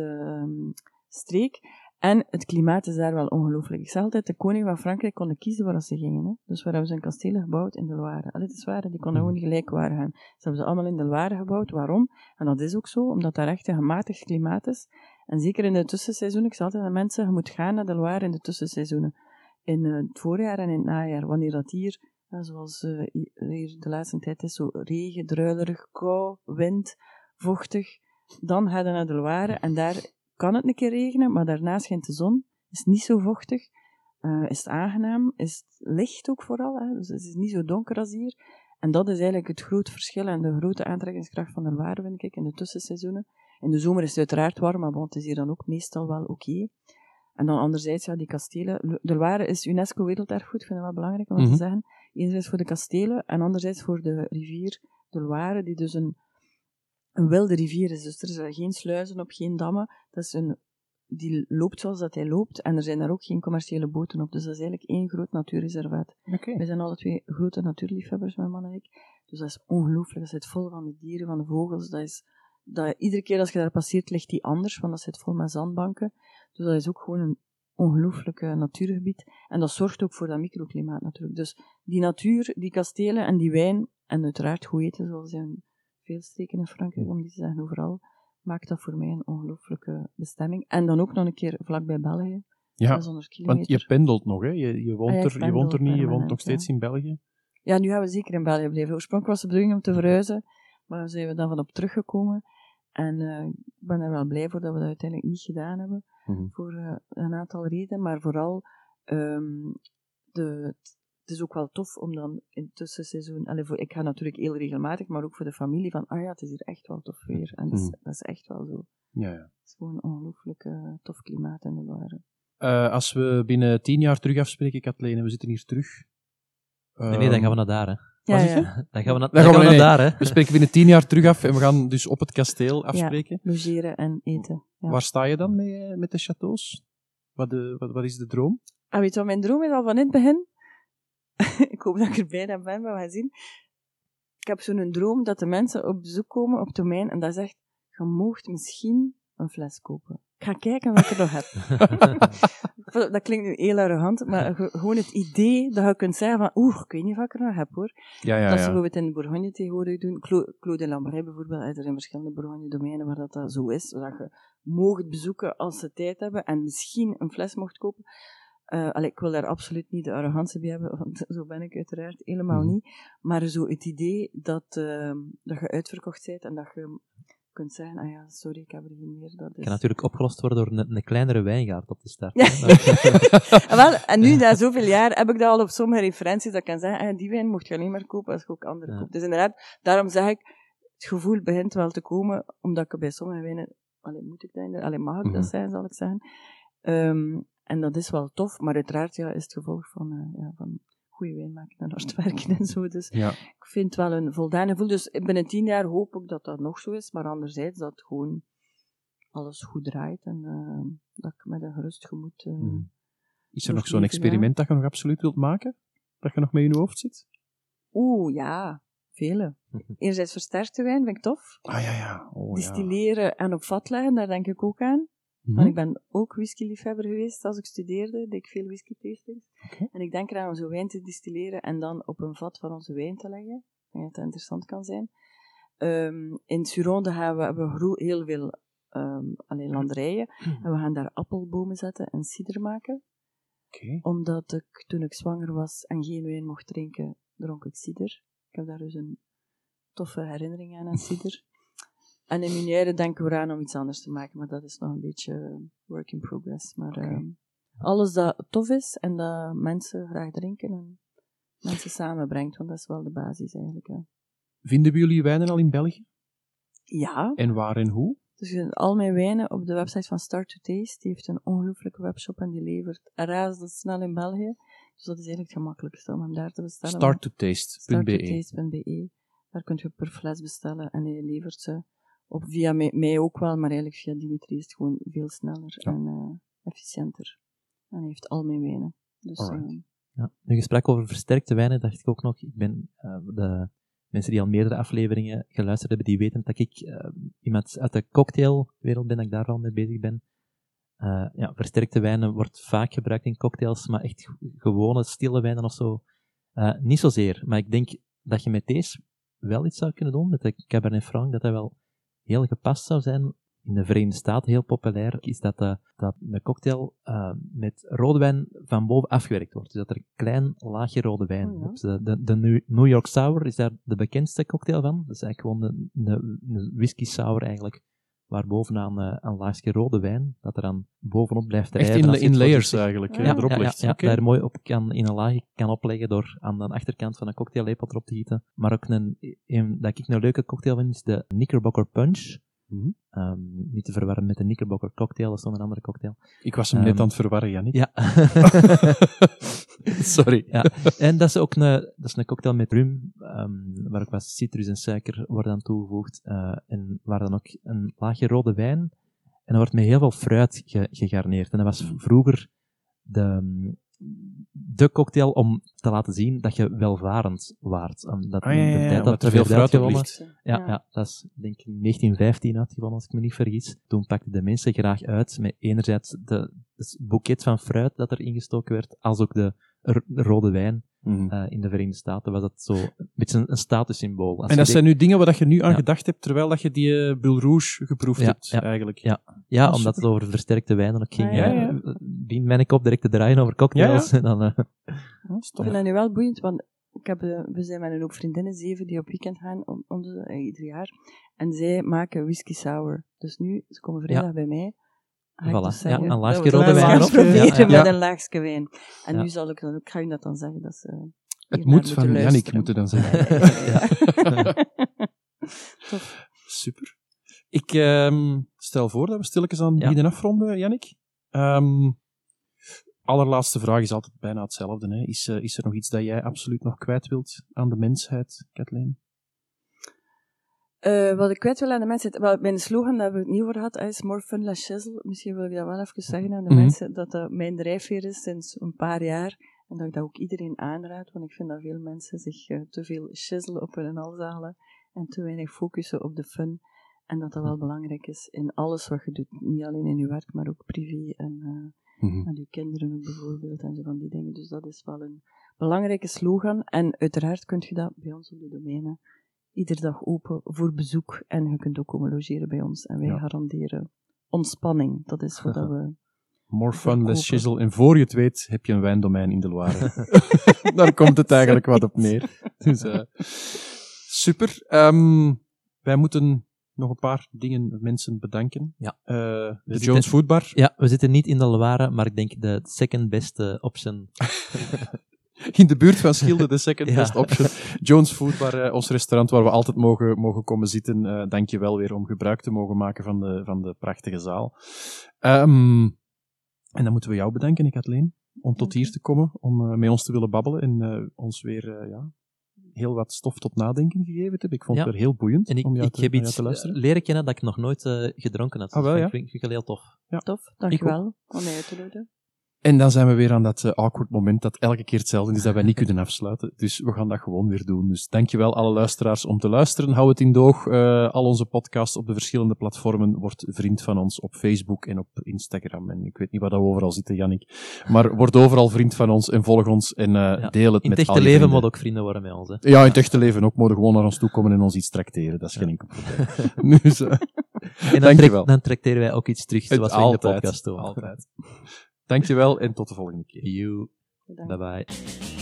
streek. En het klimaat is daar wel ongelooflijk. Ik zeg altijd, de koning van Frankrijk konden kiezen waar ze gingen. Hè? Dus waar hebben ze een kastelen gebouwd? In de Loire. Het is waar, die konden gewoon gelijk waar gaan. Ze hebben ze allemaal in de Loire gebouwd. Waarom? En dat is ook zo, omdat daar echt een gematigd klimaat is. En zeker in de tussenseizoenen, ik zeg altijd aan mensen, je moet gaan naar de Loire in de tussenseizoenen. In het voorjaar en in het najaar. Wanneer dat hier, zoals hier de laatste tijd is, zo regen, druilerig, kou, wind, vochtig, dan ga je naar de Loire en daar kan het een keer regenen, maar daarna schijnt de zon, is niet zo vochtig, is het aangenaam, is het licht ook vooral, hè? Dus het is niet zo donker als hier. En dat is eigenlijk het grote verschil en de grote aantrekkingskracht van de Loire, vind ik, in de tussenseizoenen. In de zomer is het uiteraard warm, maar het is hier dan ook meestal wel oké. En dan anderzijds, ja, die kastelen. De Loire is UNESCO Werelderfgoed, ik vind dat wel belangrijk om te zeggen. Enerzijds voor de kastelen en anderzijds voor de rivier de Loire, die dus een wilde rivier is. Dus er zijn geen sluizen op, geen dammen. Dat is die loopt zoals dat hij loopt en er zijn daar ook geen commerciële boten op. Dus dat is eigenlijk één groot natuurreservaat. Okay. Wij zijn alle twee grote natuurliefhebbers, mijn man en ik. Dus dat is ongelooflijk. Dat zit vol van de dieren, van de vogels. Iedere keer als je daar passeert, ligt die anders, want dat zit vol met zandbanken. Dus dat is ook gewoon een ongelooflijk natuurgebied. En dat zorgt ook voor dat microklimaat natuurlijk. Dus die natuur, die kastelen en die wijn, en uiteraard goed eten, zoals in veel streken in Frankrijk, om die te zeggen overal, maakt dat voor mij een ongelooflijke bestemming. En dan ook nog een keer vlakbij België. Ja, 600 kilometer. want je pendelt nog, hè? Je woont er, je woont er niet, je woont nog steeds in België. Ja, nu gaan we zeker in België blijven. Oorspronkelijk was de bedoeling om te verhuizen, maar daar zijn we dan van op teruggekomen. En ik ben er wel blij voor dat we dat uiteindelijk niet gedaan hebben. Voor een aantal redenen, maar vooral het is ook wel tof om dan in het tussenseizoen, ik ga natuurlijk heel regelmatig, maar ook voor de familie van, het is hier echt wel tof weer. En dat is echt wel zo. Ja. Het is gewoon een ongelooflijk tof klimaat in de Loire. Als we binnen 10 jaar terug afspreken, Kathleen, en we zitten hier terug. Nee, dan gaan we naar daar, hè. Ja. Dan gaan we naar daar, hè. We spreken binnen 10 jaar terug af en we gaan dus op het kasteel afspreken. Ja, logeren en eten. Ja. Waar sta je dan mee met de châteaus? Wat is de droom? Weet je wat mijn droom is al van in het begin? Ik hoop dat ik er bijna ben, maar we gaan zien. Ik heb zo'n droom dat de mensen op bezoek komen op het domein en dat zegt, je moogt misschien een fles kopen. Ik ga kijken wat ik er nog heb. Dat klinkt nu heel arrogant, maar gewoon het idee dat je kunt zeggen van, ik weet niet of ik er nog heb, hoor. Ja. Dat ze bijvoorbeeld in de Bourgogne tegenwoordig doen. Clos de Lambray bijvoorbeeld, er zijn verschillende Bourgogne-domeinen waar dat zo is, zodat je moogt bezoeken als ze tijd hebben en misschien een fles mocht kopen. Ik wil daar absoluut niet de arrogantie bij hebben, want zo ben ik uiteraard helemaal niet. Maar zo het idee dat je uitverkocht bent en dat je kunt zeggen, sorry, ik heb er geen meer. Dat is... kan natuurlijk opgelost worden door een kleinere wijngaard op te starten. Ja. En nu, na zoveel jaar, heb ik dat al op sommige referenties, dat ik kan zeggen, die wijn mocht je alleen maar kopen als je ook andere koopt. Dus inderdaad, daarom zeg ik, het gevoel begint wel te komen, omdat ik bij sommige wijnen, mag ik dat zijn, zal ik zeggen. En dat is wel tof, maar uiteraard is het gevolg van goede wijn maken en hard werken en zo. Dus ik vind het wel een voldaan gevoel. Dus binnen 10 jaar hoop ik dat dat nog zo is, maar anderzijds dat gewoon alles goed draait en dat ik met een gerust gemoed... Is er nog zo'n experiment dat je nog absoluut wilt maken? Dat je nog mee in je hoofd zit? Ja, vele. Enerzijds versterkte wijn, vind ik tof. Ja. Distilleren en op vat leggen, daar denk ik ook aan. Want ik ben ook whisky-liefhebber geweest als ik studeerde. Deed ik veel whisky-tastings. Okay. En ik denk eraan om zo'n wijn te distilleren en dan op een vat van onze wijn te leggen. Ik denk dat dat interessant kan zijn. In Suronde hebben we heel veel landerijen. En we gaan daar appelbomen zetten en cider maken. Oké. Omdat ik, toen ik zwanger was en geen wijn mocht drinken, dronk ik cider. Ik heb daar dus een toffe herinnering aan cider. En in Minière denken we eraan om iets anders te maken, maar dat is nog een beetje work in progress. Maar alles dat tof is en dat mensen graag drinken en mensen samenbrengt, want dat is wel de basis eigenlijk. Ja. Vinden we jullie wijnen al in België? Ja. En waar en hoe? Dus je vindt al mijn wijnen op de website van Start to Taste. Die heeft een ongelooflijke webshop en die levert razendsnel in België. Dus dat is eigenlijk het gemakkelijkste om hem daar te bestellen. Starttotaste.be. Starttotaste.be. Daar kun je per fles bestellen en hij levert ze op via mij ook wel, maar eigenlijk via Dimitri is het gewoon veel sneller en efficiënter. En hij heeft al mijn wijnen. Dus, ja. Nu gesprek over versterkte wijnen, dacht ik ook nog. Ik ben de mensen die al meerdere afleveringen geluisterd hebben, die weten dat ik iemand uit de cocktailwereld ben, dat ik daar al mee bezig ben. Versterkte wijnen wordt vaak gebruikt in cocktails, maar echt gewone, stille wijnen of zo, niet zozeer. Maar ik denk dat je met deze wel iets zou kunnen doen, met de Cabernet Franc, dat wel heel gepast zou zijn. In de Verenigde Staten heel populair is dat een cocktail met rode wijn van boven afgewerkt wordt. Dus dat er een klein laagje rode wijn. Oh, ja. Dus de New York Sour is daar de bekendste cocktail van. Dat is eigenlijk gewoon een whisky sour eigenlijk, waar bovenaan een laagje rode wijn, dat er dan bovenop blijft rijden. Echt in layers eigenlijk, erop ligt. Ja, daar mooi op in een laagje kan opleggen door aan de achterkant van een cocktaillepel erop te gieten. Maar ook dat ik een leuke cocktail vind, is de Knickerbocker Punch. Mm-hmm. Niet te verwarren met de Knickerbocker cocktail, dat is nog een andere cocktail. Ik was hem net aan het verwarren, Jannik. Ja. Sorry. Ja. En dat is ook een cocktail met rum, waar ook wat citrus en suiker wordt aan toegevoegd, en waar dan ook een laagje rode wijn, en dat wordt met heel veel fruit gegarneerd. En dat was vroeger de cocktail om te laten zien dat je welvarend waart. Omdat de tijd dat er veel fruit op uitgewonnen. ligt. Ja, dat is denk ik in 1915 uitgevonden, als ik me niet vergis. Toen pakten de mensen graag uit met enerzijds het boeket van fruit dat er ingestoken werd, als ook de rode wijn. In de Verenigde Staten was dat zo een beetje een statussymbool. En dat zijn nu dingen waar je nu aan gedacht hebt, terwijl dat je die Bull Rouge geproefd hebt, eigenlijk. Ja, omdat het over versterkte wijnen ook ging. Begint mijn kop direct te draaien over cocktails. Ik vind dat nu wel boeiend, want we zijn met een hoop vriendinnen, 7, die op weekend gaan, ieder jaar. En zij maken whisky sour. Dus nu, ze komen vrijdag bij mij. Voilà, een laagje rode wijn erop. Proberen met een laagje wijn. En nu zal ik dan ook, ga je dat dan zeggen, dat ze het moet van Jannik moeten dan zeggen. Tof. Super. Ik stel voor dat we stilletjes aan beginnen afronden, Jannik. Allerlaatste vraag is altijd bijna hetzelfde. Hè. Is er nog iets dat jij absoluut nog kwijt wilt aan de mensheid, Kathleen? Wat ik kwijt wil aan de mensheid, mijn slogan, daar hebben we het niet over gehad, is more fun, less shizzle. Misschien wil ik dat wel even zeggen aan de mensen, dat dat mijn drijfveer is sinds een paar jaar. En dat ik dat ook iedereen aanraad, want ik vind dat veel mensen zich te veel shizzle op hun hals halen en te weinig focussen op de fun. En dat wel belangrijk is in alles wat je doet. Niet alleen in je werk, maar ook privé en met je kinderen ook bijvoorbeeld en zo van die dingen. Dus dat is wel een belangrijke slogan. En uiteraard kun je dat bij ons op de domeinen iedere dag open voor bezoek. En je kunt ook komen logeren bij ons. En wij garanderen ontspanning. Dat is wat we... More fun, less shizzle. En voor je het weet, heb je een wijndomein in de Loire. Daar komt het eigenlijk wat op neer. Dus, super. Wij moeten nog een paar mensen bedanken. Ja. De Jones Food Bar. Ja, we zitten niet in de Loire, maar ik denk de second beste option. In de buurt van Schilde, de second best option. Jones Food Bar, ons restaurant waar we altijd mogen komen zitten. Dank je wel weer om gebruik te mogen maken van de prachtige zaal. En dan moeten we jou bedanken, Kathleen, om tot hier te komen, om met ons te willen babbelen en ons weer heel wat stof tot nadenken gegeven te hebben. Ik vond het weer heel boeiend om jou heb iets te luisteren. leren kennen dat ik nog nooit gedronken had. Dat vind ik heel tof. Ja. Tof, dankjewel om mij uit te nodigen. En dan zijn we weer aan dat awkward moment dat elke keer hetzelfde is, dat wij niet kunnen afsluiten. Dus we gaan dat gewoon weer doen. Dus dankjewel alle luisteraars om te luisteren. Hou het in doog. Al onze podcasts op de verschillende platformen. Word vriend van ons op Facebook en op Instagram. En ik weet niet waar dat we overal zitten, Jannik. Maar word overal vriend van ons en volg ons en deel het met al je In het echte leven moet ook vrienden worden met ons. Hè? Ja, in het echte leven ook. Mogen gewoon naar ons toe komen en ons iets trakteren. Dat is geen enkel probleem. Dus, en dan tracteren wij ook iets terug, zoals we in de podcast doen. Altijd. Dankjewel en tot de volgende keer. You. Bedankt. Bye bye.